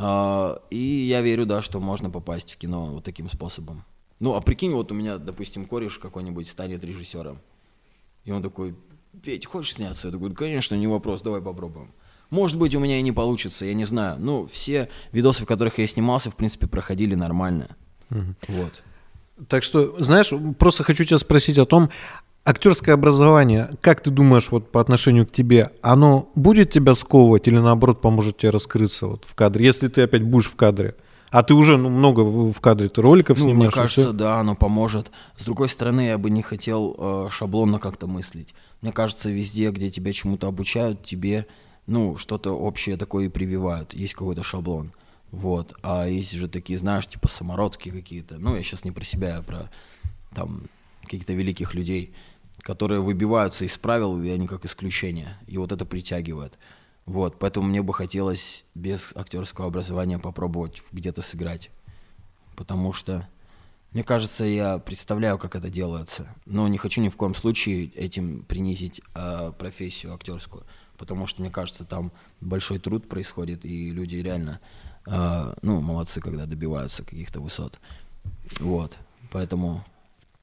И я верю, да, что можно попасть в кино вот таким способом. Ну, а прикинь, вот у меня, допустим, кореш какой-нибудь станет режиссером. И он такой, Петь, хочешь сняться? Я такой, конечно, не вопрос, давай попробуем. Может быть, у меня и не получится, я не знаю. Ну, все видосы, в которых я снимался, в принципе, проходили нормально. Вот. Так что, знаешь, просто хочу тебя спросить о том, актерское образование, как ты думаешь, вот по отношению к тебе, оно будет тебя сковывать или наоборот поможет тебе раскрыться вот в кадре, если ты опять будешь в кадре? А ты уже ну, много в, в кадре, ты роликов Ну, снимаешь? мне и кажется, всё? да, оно поможет. С другой стороны, я бы не хотел э, шаблонно как-то мыслить. Мне кажется, везде, где тебя чему-то обучают, тебе, ну, что-то общее такое и прививают. Есть какой-то шаблон. Вот. А есть же такие, знаешь, типа самородки какие-то. Ну, я сейчас не про себя, а про там каких-то великих людей, которые выбиваются из правил, и они как исключение. И вот это притягивает. Вот, поэтому мне бы хотелось без актерского образования попробовать где-то сыграть. Потому что, мне кажется, я представляю, как это делается. Но не хочу ни в коем случае этим принизить э, профессию актерскую. Потому что, мне кажется, там большой труд происходит, и люди реально, э, ну, молодцы, когда добиваются каких-то высот. Вот, поэтому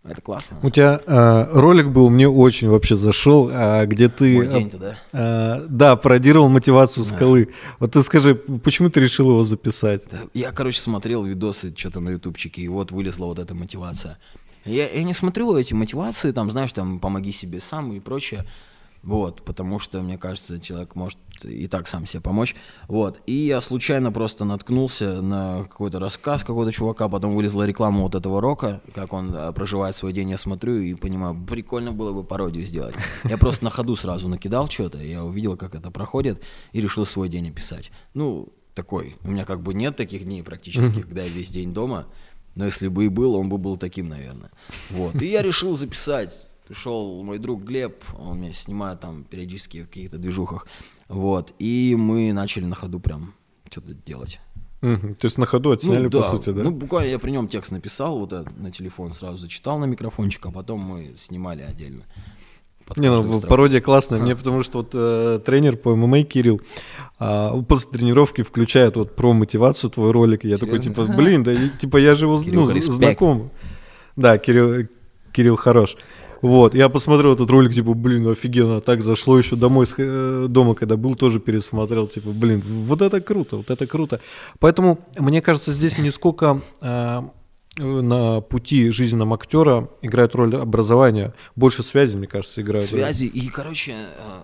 Это классно. У тебя э, ролик был, мне очень вообще зашел, э, где ты... Мой день-то, да? Э, да, пародировал мотивацию Да. Скалы. Вот ты скажи, почему ты решил его записать? Да, я, короче, смотрел видосы что-то на ютубчике, и вот вылезла вот эта мотивация. Я, я не смотрю эти мотивации, там, знаешь, там, помоги себе сам и прочее. Вот, потому что, мне кажется, человек может и так сам себе помочь. Вот, и я случайно просто наткнулся на какой-то рассказ какого-то чувака, потом вылезла реклама вот этого Рока, как он а, проживает свой день, я смотрю и понимаю, прикольно было бы пародию сделать. Я просто на ходу сразу накидал что-то, я увидел, как это проходит, и решил свой день описать. Ну, такой, у меня как бы нет таких дней практически, когда я весь день дома, но если бы и был, он бы был таким, наверное. Вот, и я решил записать. Пришел мой друг Глеб, он меня снимает там периодически в каких-то движухах, вот, и мы начали на ходу прям что-то делать. Мгм. То есть на ходу отсняли, ну, по да, сути, да? ну буквально я при нем текст написал, вот это, на телефон сразу зачитал на микрофончик, а потом мы снимали отдельно. под Не, ну каждую строку. пародия классная, мне потому что вот э, тренер по эм эм а Кирилл а, после тренировки включает вот про мотивацию твой ролик, и я такой, Серьезно? типа, блин, да, и, типа я же его ну, Кирилл, з- респект. знаком. Да, Кирилл, Кирилл хорош. Вот, я посмотрел этот ролик, типа, блин, офигенно, так зашло еще домой, с- э, дома, когда был, тоже пересмотрел, типа, блин, вот это круто, вот это круто. Поэтому, мне кажется, здесь не сколько э, на пути жизненном актера играет роль образования, больше связи, мне кажется, играет роль. Связи и, короче, э,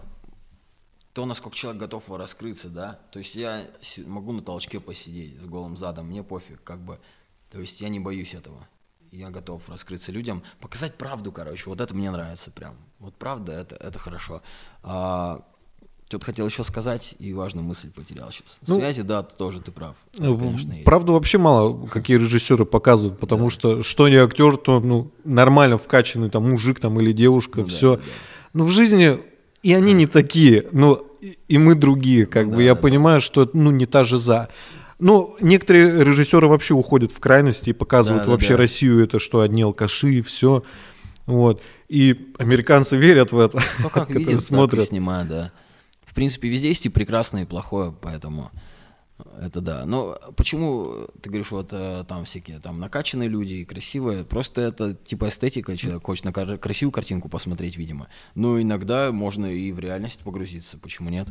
то, насколько человек готов раскрыться, да, то есть я си- могу на толчке посидеть с голым задом, мне пофиг, как бы, то есть я не боюсь этого. Я готов раскрыться людям, показать правду, короче, вот это мне нравится прям. Вот правда, это, это хорошо. А, что-то хотел еще сказать, и важную мысль потерял сейчас. Ну, Связи, да, тоже ты прав. Это, Ну, конечно, есть. Правду вообще мало какие режиссеры показывают, потому что что не актер, то ну, нормально вкачанный там мужик там, или девушка, Ну да, все. да, да. Но в жизни и они не такие, но и, и мы другие, как Ну бы. да, Я да, понимаю, что ну, не та же за. Ну, некоторые режиссеры вообще уходят в крайности и показывают Да, да, вообще да. Россию, это что одни алкаши и все. Вот. И американцы верят в это, Кто как которые видит, так и смотрят. снимает, да. В принципе, везде есть и прекрасное, и плохое, поэтому это да. Но почему ты говоришь, вот э, там всякие там накачанные люди и красивые, просто это типа эстетика, человек хочет на кар- красивую картинку посмотреть, видимо. Но иногда можно и в реальность погрузиться, почему нет?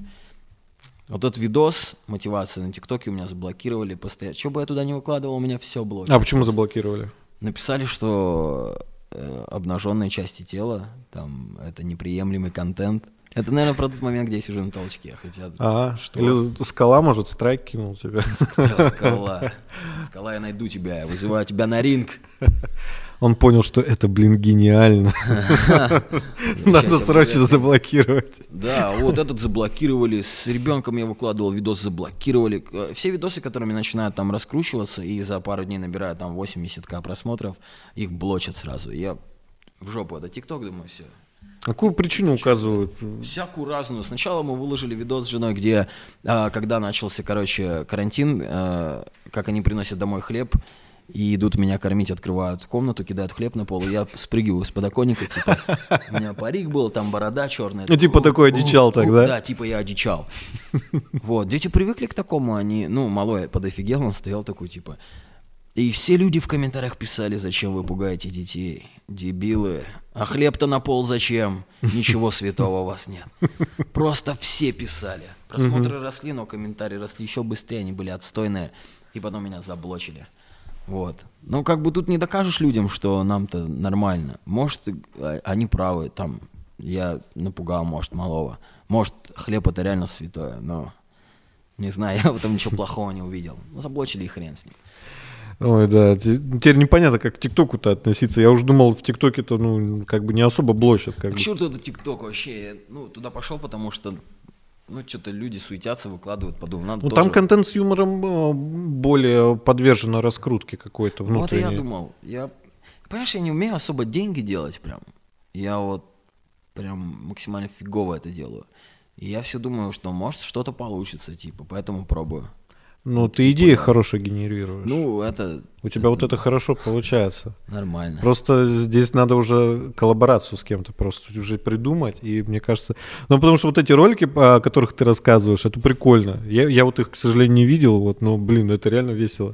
Вот этот видос, мотивация на ТикТоке у меня заблокировали постоянно. Что бы я туда не выкладывал, у меня все блокируют. А почему заблокировали? Написали, что э, обнаженные части тела, там, это неприемлемый контент. Это, наверное, про тот момент, где я сижу на толчке. Хотя, А, что? или скала, может, страйк кинул тебя. Скала, скала. Скала, я найду тебя, я вызываю тебя на ринг. Он понял, что это, блин, гениально. Надо Сейчас срочно обязательно. заблокировать. Да, вот этот заблокировали, с ребенком я выкладывал видос, заблокировали. Э, Все видосы, которыми начинают там раскручиваться и за пару дней набирают там восемьдесят тысяч просмотров, их блочат сразу. Я в жопу, это ТикТок, думаю, все. Какую причину указывают? Всякую разную. Сначала мы выложили видос с женой, где, а, когда начался, короче, карантин, а, как они приносят домой хлеб и идут меня кормить, открывают комнату, кидают хлеб на пол, и я спрыгиваю с подоконника, типа, у меня парик был, там борода черная. Ну, типа такой одичал тогда? Да, типа я одичал. Вот, дети привыкли к такому, они, ну, малой подофигел, он стоял такой, типа... И все люди в комментариях писали, зачем вы пугаете детей, дебилы. А хлеб-то на пол зачем? Ничего святого у вас нет. Просто все писали. Просмотры росли, но комментарии росли еще быстрее, они были отстойные. И потом меня заблочили. Вот. Ну, как бы тут не докажешь людям, что нам-то нормально. Может, э, они правы, там, я напугал, может, малого. Может, хлеб это реально святое, но... Не знаю, я в этом ничего плохого не увидел. Ну, заблочили и хрен с ним. Ой, да, те- теперь непонятно, как к ТикТоку-то относиться. Я уже думал, в ТикТоке-то, ну, как бы не особо блочат. Как К бы. черту это ТикТок вообще. Я, ну, туда пошел, потому что, ну, что-то люди суетятся, выкладывают, подумал, надо Ну, тоже... там контент с юмором э, более подвержен раскрутке какой-то Вот и внутренней. я думал, я... Понимаешь, я не умею особо деньги делать прям. Я вот прям максимально фигово это делаю. И я все думаю, что может что-то получится, типа, поэтому пробую. Ну, ты идеи хорошие генерируешь. Ну, это... У тебя вот это хорошо получается. Нормально. Просто здесь надо уже коллаборацию с кем-то просто уже придумать. И мне кажется... Ну, потому что вот эти ролики, о которых ты рассказываешь, это прикольно. Я, я вот их, к сожалению, не видел, вот, но, блин, это реально весело.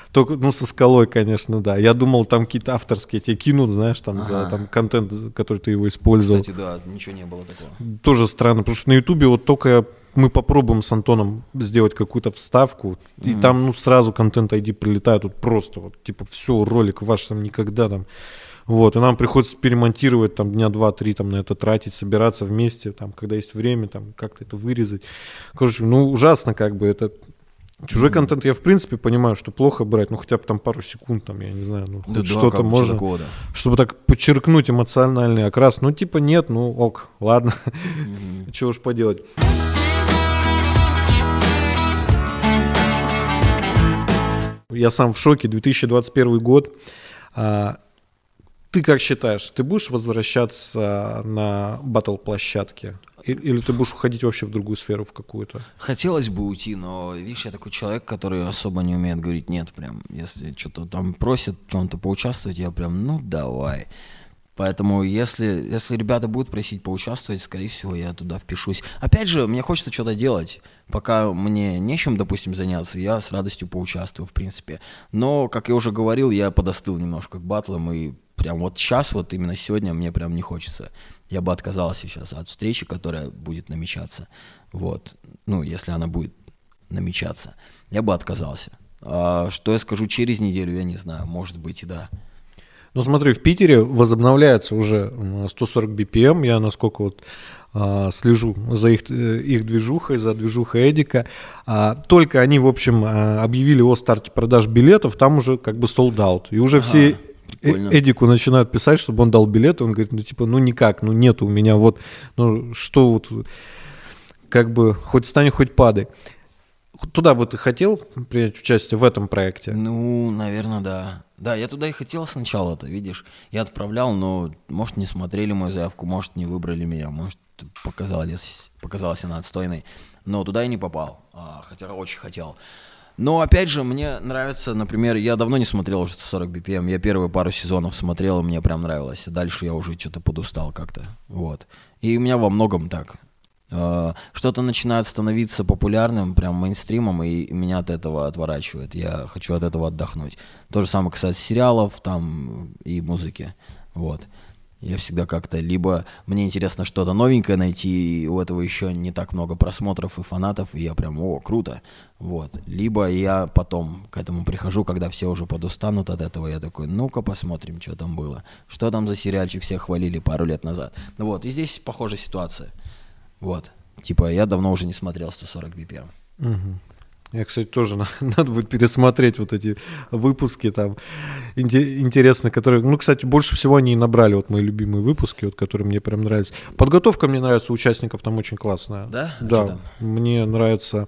Только, ну, со скалой, конечно, да. Я думал, там какие-то авторские тебе кинут, знаешь, там, ага. за там, контент, который ты его использовал. Кстати, да, ничего не было такого. Тоже странно, потому что на Ютубе вот только мы попробуем с Антоном сделать какую-то вставку, mm-hmm. и там, ну, сразу контент ай ди прилетает, вот просто, вот, типа, все, ролик ваш там никогда там. Вот, и нам приходится перемонтировать, там, дня два-три там на это тратить, собираться вместе, там, когда есть время, там, как-то это вырезать. Короче, ну, ужасно, как бы, это... Чужой mm-hmm. контент я, в принципе, понимаю, что плохо брать, ну, хотя бы там пару секунд, там, я не знаю, ну, да, что-то да, можно, года. Чтобы так подчеркнуть эмоциональный окрас. Ну, типа, нет, ну, ок, ладно, mm-hmm. чего уж поделать. Я сам в шоке, две тысячи двадцать первый год. А, ты как считаешь, ты будешь возвращаться на батл-площадке? Или ты будешь уходить вообще в другую сферу, в какую-то? Хотелось бы уйти, но, видишь, я такой человек, который особо не умеет говорить «нет». Прям, если что-то там просят в чем-то поучаствовать, я прям, ну, давай. Поэтому если, если ребята будут просить поучаствовать, скорее всего, я туда впишусь. Опять же, мне хочется что-то делать. Пока мне нечем, допустим, заняться, я с радостью поучаствую, в принципе. Но, как я уже говорил, я подостыл немножко к батлам, и прям вот сейчас, вот именно сегодня мне прям не хочется. Я бы отказался сейчас от встречи, которая будет намечаться. Вот. Ну, если она будет намечаться. Я бы отказался. А что я скажу через неделю, я не знаю. Может быть и да. Ну смотри, в Питере возобновляется уже сто сорок би пи эм. Я насколько вот а, слежу за их, их движухой, за движухой Эдика. А, только они, в общем, объявили о старте продаж билетов, там уже как бы sold out. И уже ага. все... Прикольно. Эдику начинают писать, чтобы он дал билет, он говорит, ну типа, ну никак, ну нету у меня, вот, ну что вот, как бы, хоть стань, хоть падай. Туда бы ты хотел принять участие в этом проекте? Ну, наверное, да. Да, я туда и хотел сначала-то, видишь, я отправлял, но, может, не смотрели мою заявку, может, не выбрали меня, может, показалась, показалась она отстойной, но туда я не попал, хотя очень хотел. Но, опять же, мне нравится, например, я давно не смотрел уже сто сорок би пи эм, я первые пару сезонов смотрел, и мне прям нравилось. Дальше я уже что-то подустал как-то, вот. И у меня во многом так. Что-то начинает становиться популярным, прям мейнстримом, и меня от этого отворачивает. Я хочу от этого отдохнуть. То же самое касается сериалов там и музыки, вот. Я всегда как-то, либо мне интересно что-то новенькое найти, и у этого еще не так много просмотров и фанатов, и я прям, о, круто, вот. Либо я потом к этому прихожу, когда все уже подустанут от этого, я такой, ну-ка посмотрим, что там было. Что там за сериальчик все хвалили пару лет назад. Вот, и здесь похожая ситуация. Вот, типа, я давно уже не смотрел сто сорок би пи эм. Угу. Я, кстати, тоже надо будет пересмотреть вот эти выпуски там интересные, которые, ну, кстати, больше всего они и набрали вот мои любимые выпуски, вот, которые мне прям нравятся. Подготовка мне нравится, у участников там очень классная. Да? А да, мне нравится,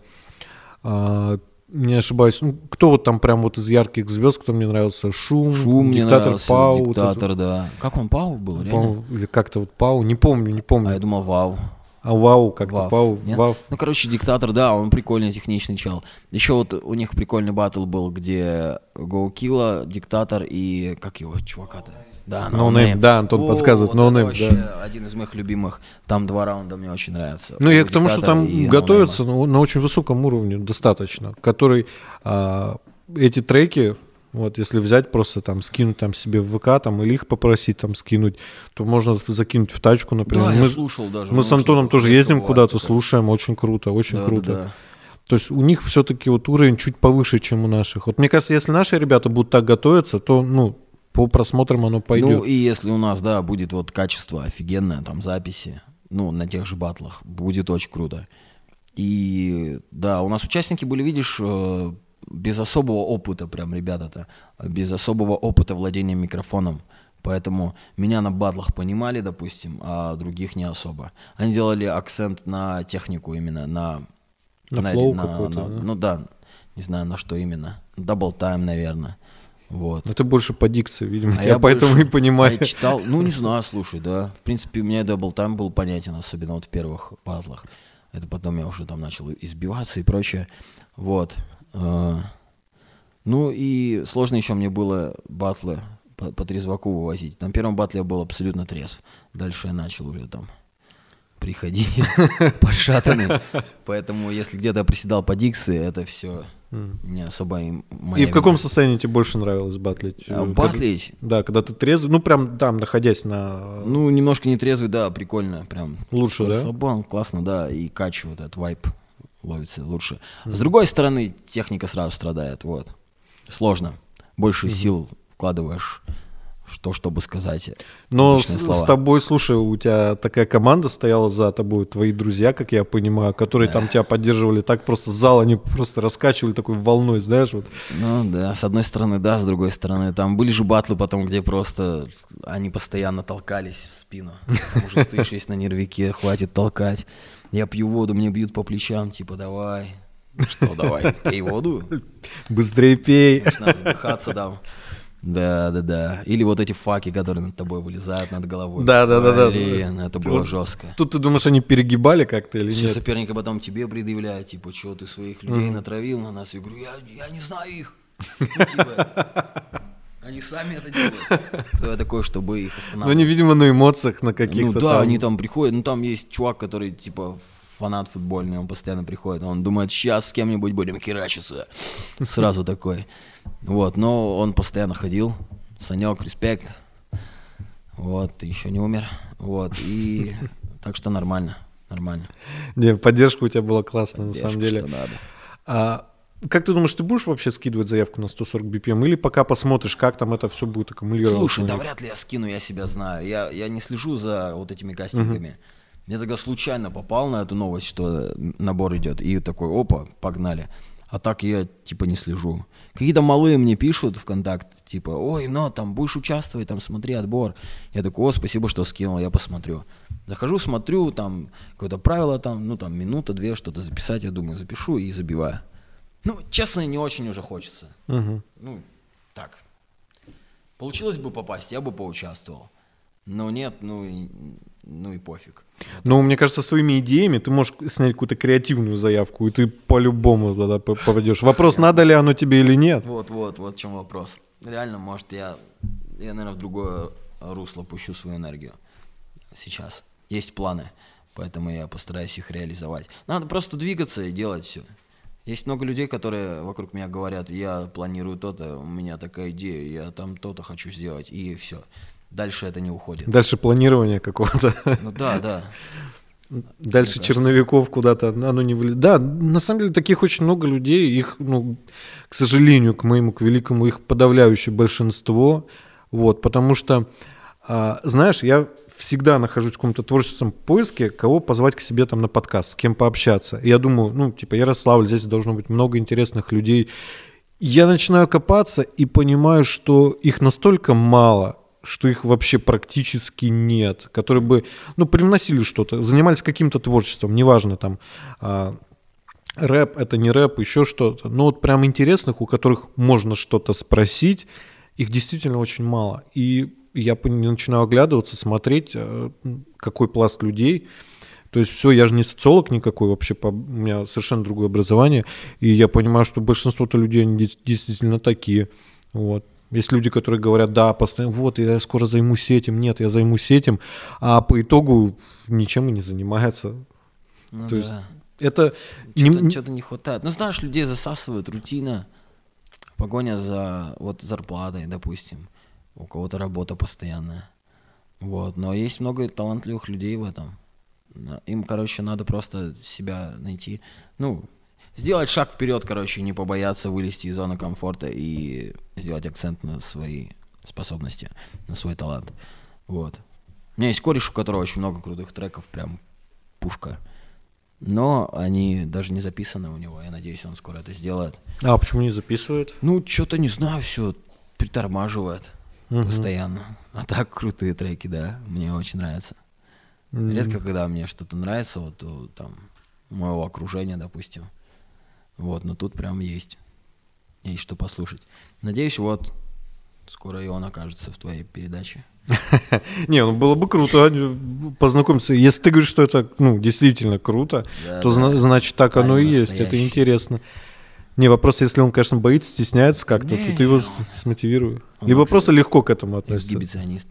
а, не ошибаюсь, ну, кто вот там прям вот из ярких звезд, кто мне нравился, Шум, Шум Диктатор, нравился, Пау. Диктатор, вот да. Как он, Пау был, Пау, реально? или как-то вот Пау, не помню, не помню. А я думал, Вау. А Вау, как-то Вав. Пау, Нет? Вав. Ну, короче, Диктатор, да, он прикольный, техничный чел. Еще вот у них прикольный батл был, где Гоукилла, Диктатор и... Как его, чувака-то? Да, No Name, да, Антон О, подсказывает, вот No это Name, вообще да. один из моих любимых. Там два раунда мне очень нравятся. Ну, У я к тому, что Диктатора там и готовятся No на, на очень высоком уровне достаточно, который а, эти треки, вот если взять просто там, скинуть там себе в ВК там, или их попросить там скинуть, то можно закинуть в тачку, например. Да, мы, я слушал даже. Мы с Антоном тоже ездим куда-то, такое. слушаем, очень круто, очень Да, круто. да, да. То есть у них все-таки вот уровень чуть повыше, чем у наших. Вот мне кажется, если наши ребята будут так готовиться, то, ну, по просмотрам оно пойдет. Ну, и если у нас, да, будет вот качество офигенное, там, записи, ну, на тех же батлах, будет очень круто. И, да, у нас участники были, видишь, без особого опыта, прям, ребята-то, без особого опыта владения микрофоном. Поэтому меня на батлах понимали, допустим, а других не особо. Они делали акцент на технику именно, на... На, на флоу на, какой-то, на, да? Ну да, не знаю, на что именно. Double time, наверное. Вот. Это больше по дикции, видимо, А я, я поэтому больше, и понимаю. Я читал, ну не знаю, слушай, да. В принципе, у меня Double time был понятен, особенно вот в первых батлах. Это потом я уже там начал избиваться и прочее. Вот. Ну и сложно еще мне было батлы по, по трезваку вывозить. На первом батле я был абсолютно трезв. Дальше я начал уже там приходить пошатанный. Поэтому если где-то приседал по дикции, это все Mm. Не особо и моя И в каком состоянии тебе больше нравилось батлить? А, батлить? Когда, да, когда ты трезвый, ну прям там, находясь на... Ну, немножко не трезвый, да, прикольно, прям. Лучше, да? Расслабон, классно, да, и кач, вот этот вайп ловится лучше. Mm. С другой стороны, техника сразу страдает, вот. Сложно. Больше mm-hmm. сил вкладываешь в то, чтобы сказать. Но с, с тобой, слушай, у тебя такая команда стояла за тобой, твои друзья, как я понимаю, которые да. там тебя поддерживали, так просто зал, они просто раскачивали такой волной, знаешь, вот. Ну да, с одной стороны, да, с другой стороны, там были же батлы потом, где просто они постоянно толкались в спину. Там уже стоишь весь на нервике, хватит толкать. Я пью воду, мне бьют по плечам, типа, давай. Что, давай, пей воду? Быстрее пей. Начинаю задыхаться, да. Да, да, да. Или вот эти факи, которые над тобой вылезают над головой. Да, да, да, да. Блин, это было вот жестко. Тут ты думаешь, они перегибали как-то или Все нет? соперники потом тебе предъявляют, типа, что ты своих людей mm-hmm. натравил на нас. Я говорю, я, я не знаю их. Ну, типа, они сами это делают. Кто я такой, чтобы их останавливать? Ну, они, видимо, на эмоциях, на каких-то Ну да, там... они там приходят. Ну, там есть чувак, который, типа, фанат футбольный, он постоянно приходит. Он думает, сейчас с кем-нибудь будем херачиться. Сразу такой. Вот, но он постоянно ходил. Санек, респект. Вот, ты еще не умер. Вот, и так что нормально, нормально. Не, поддержка у тебя была классная, поддержка, на самом деле. Что надо. А, как ты думаешь, ты будешь вообще скидывать заявку на сто сорок би пи эм или пока посмотришь, как там это все будет аккумулироваться? Слушай, да вряд ли я скину, я себя знаю. Я, я не слежу за вот этими кастингами. Uh-huh. Я тогда случайно попал на эту новость, что набор идет, и такой, опа, погнали. А так я, типа, не слежу. Какие-то малые мне пишут ВКонтакте, типа, ой, ну, там, будешь участвовать, там, смотри, отбор. Я такой, о, спасибо, что скинул, я посмотрю. Захожу, смотрю, там, какое-то правило, там, ну, там, минута-две, что-то записать, я думаю, запишу и забиваю. Ну, честно, не очень уже хочется. Uh-huh. Ну, так. Получилось бы попасть, я бы поучаствовал. Но нет, ну и, ну и пофиг. Ну, мне кажется, своими идеями ты можешь снять какую-то креативную заявку, и ты по-любому туда попадешь. Вопрос, надо ли оно тебе или нет. Вот, вот, вот в чем вопрос. Реально, может, я, я, наверное, в другое русло пущу свою энергию сейчас. Есть планы, поэтому я постараюсь их реализовать. Надо просто двигаться и делать все. Есть много людей, которые вокруг меня говорят, я планирую то-то, у меня такая идея, я там то-то хочу сделать, и все. Дальше это не уходит. Дальше планирование какого-то. Ну да, да. Дальше черновиков куда-то оно не вылезет. Да, на самом деле таких очень много людей, их, ну, к сожалению, к моему, к великому, их подавляющее большинство. Вот, потому что, а, знаешь, я всегда нахожусь в каком-то творческом поиске, кого позвать к себе там на подкаст, с кем пообщаться. И я думаю, ну, типа, Ярославль, здесь должно быть много интересных людей. Я начинаю копаться и понимаю, что их настолько мало, что их вообще практически нет, которые бы, ну, привносили что-то, занимались каким-то творчеством, неважно, там, а, рэп, это не рэп, еще что-то, но вот прям интересных, у которых можно что-то спросить, их действительно очень мало. И я начинаю оглядываться, смотреть, какой пласт людей. То есть все, я же не социолог никакой вообще, у меня совершенно другое образование, и я понимаю, что большинство-то людей, они действительно такие, вот. Есть люди, которые говорят, да, постоянно, вот, я скоро займусь этим, нет, я займусь этим, а по итогу ничем и не занимаются. Ну То да. есть это... Что-то не... что-то не хватает. Ну, знаешь, людей засасывает рутина, погоня за вот зарплатой, допустим, у кого-то работа постоянная. Вот. Но есть много талантливых людей в этом. Им, короче, надо просто себя найти, ну... Сделать шаг вперед, короче, не побояться вылезти из зоны комфорта и сделать акцент на свои способности, на свой талант. Вот. У меня есть кореш, у которого очень много крутых треков, прям пушка. Но они даже не записаны у него. Я надеюсь, он скоро это сделает. А почему не записывает? Ну, что-то не знаю, все притормаживает угу. постоянно. А так крутые треки, да, мне очень нравятся. Угу. Редко, когда мне что-то нравится, вот у, там, моего окружения, допустим. Вот, но тут прям есть. Есть что послушать. Надеюсь, вот, скоро и он окажется в твоей передаче. Не, ну было бы круто познакомиться. Если ты говоришь, что это, ну, действительно круто, то значит так оно и есть. Это интересно. Не, вопрос, если он, конечно, боится, стесняется как-то, то ты его смотивируй. Либо просто легко к этому относится. Эксгибиционист.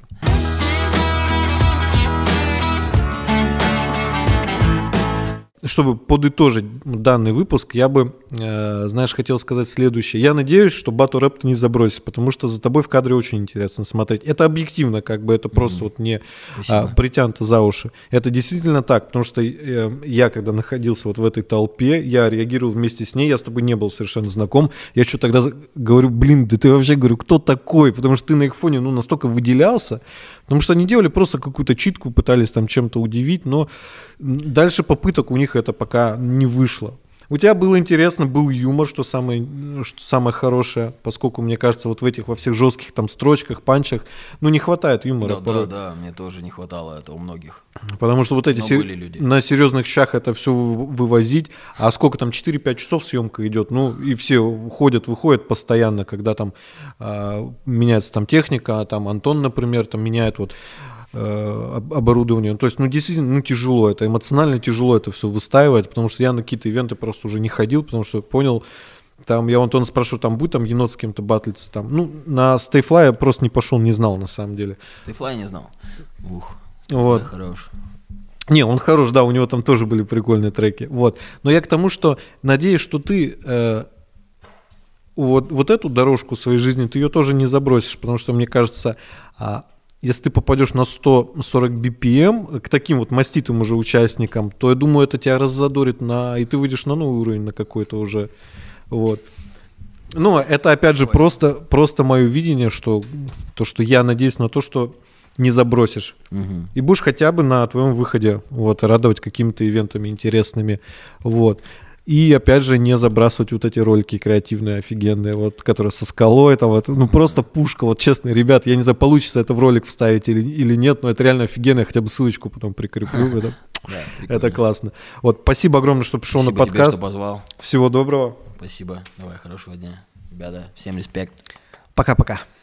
чтобы подытожить данный выпуск, я бы, э, знаешь, хотел сказать следующее. Я надеюсь, что батл рэп ты не забросишь, потому что за тобой в кадре очень интересно смотреть. Это объективно, как бы это mm-hmm. просто вот не а, притянуто за уши. Это действительно так, потому что э, я, когда находился вот в этой толпе, я реагировал вместе с ней, я с тобой не был совершенно знаком. Я что тогда говорю, блин, да ты вообще, говорю, кто такой? Потому что ты на их фоне, ну, настолько выделялся, потому что они делали просто какую-то читку, пытались там чем-то удивить, но дальше попыток у них это пока не вышло. У тебя было интересно, был юмор, что самое, что самое хорошее, поскольку, мне кажется, вот в этих во всех жестких там строчках, панчах, ну, не хватает юмора. Да, порой. да, да, мне тоже не хватало этого у многих. Потому что вот эти сер... на серьезных щах это все вывозить, а сколько там, четыре-пять часов съемка идет, ну, и все ходят, выходят постоянно, когда там э, меняется там техника, там Антон, например, там меняет вот оборудование. То есть, ну, действительно, ну, тяжело это, эмоционально тяжело это все выстаивать, потому что я на какие-то ивенты просто уже не ходил, потому что понял, там, я у Антона спрашиваю, там будет там енот с кем-то батлиться, там, ну, на Stayfly я просто не пошел, не знал, на самом деле. Stayfly не знал? Ух, вот. Хорош. Не, он хорош, да, у него там тоже были прикольные треки, вот. Но я к тому, что надеюсь, что ты э, вот, вот эту дорожку своей жизни, ты ее тоже не забросишь, потому что, мне кажется, а, если ты попадешь на сто сорок би пи эм к таким вот маститым уже участникам, то, я думаю, это тебя раззадорит, на... и ты выйдешь на новый уровень, на какой-то уже. Вот. Но это, опять же, просто, просто мое видение, что, то, что я надеюсь на то, что не забросишь. Угу. И будешь хотя бы на твоем выходе вот, радовать какими-то ивентами интересными. Вот. И, опять же, не забрасывать вот эти ролики креативные, офигенные, вот, которые со скалой, это вот, ну, просто пушка, вот, честно, ребят, я не знаю, получится это в ролик вставить или, или нет, но это реально офигенно, я хотя бы ссылочку потом прикреплю, это, да, это классно. Вот, спасибо огромное, что пришел спасибо на подкаст. Тебе, что позвал. Всего доброго. Спасибо, давай, хорошего дня. Ребята, всем респект. Пока-пока.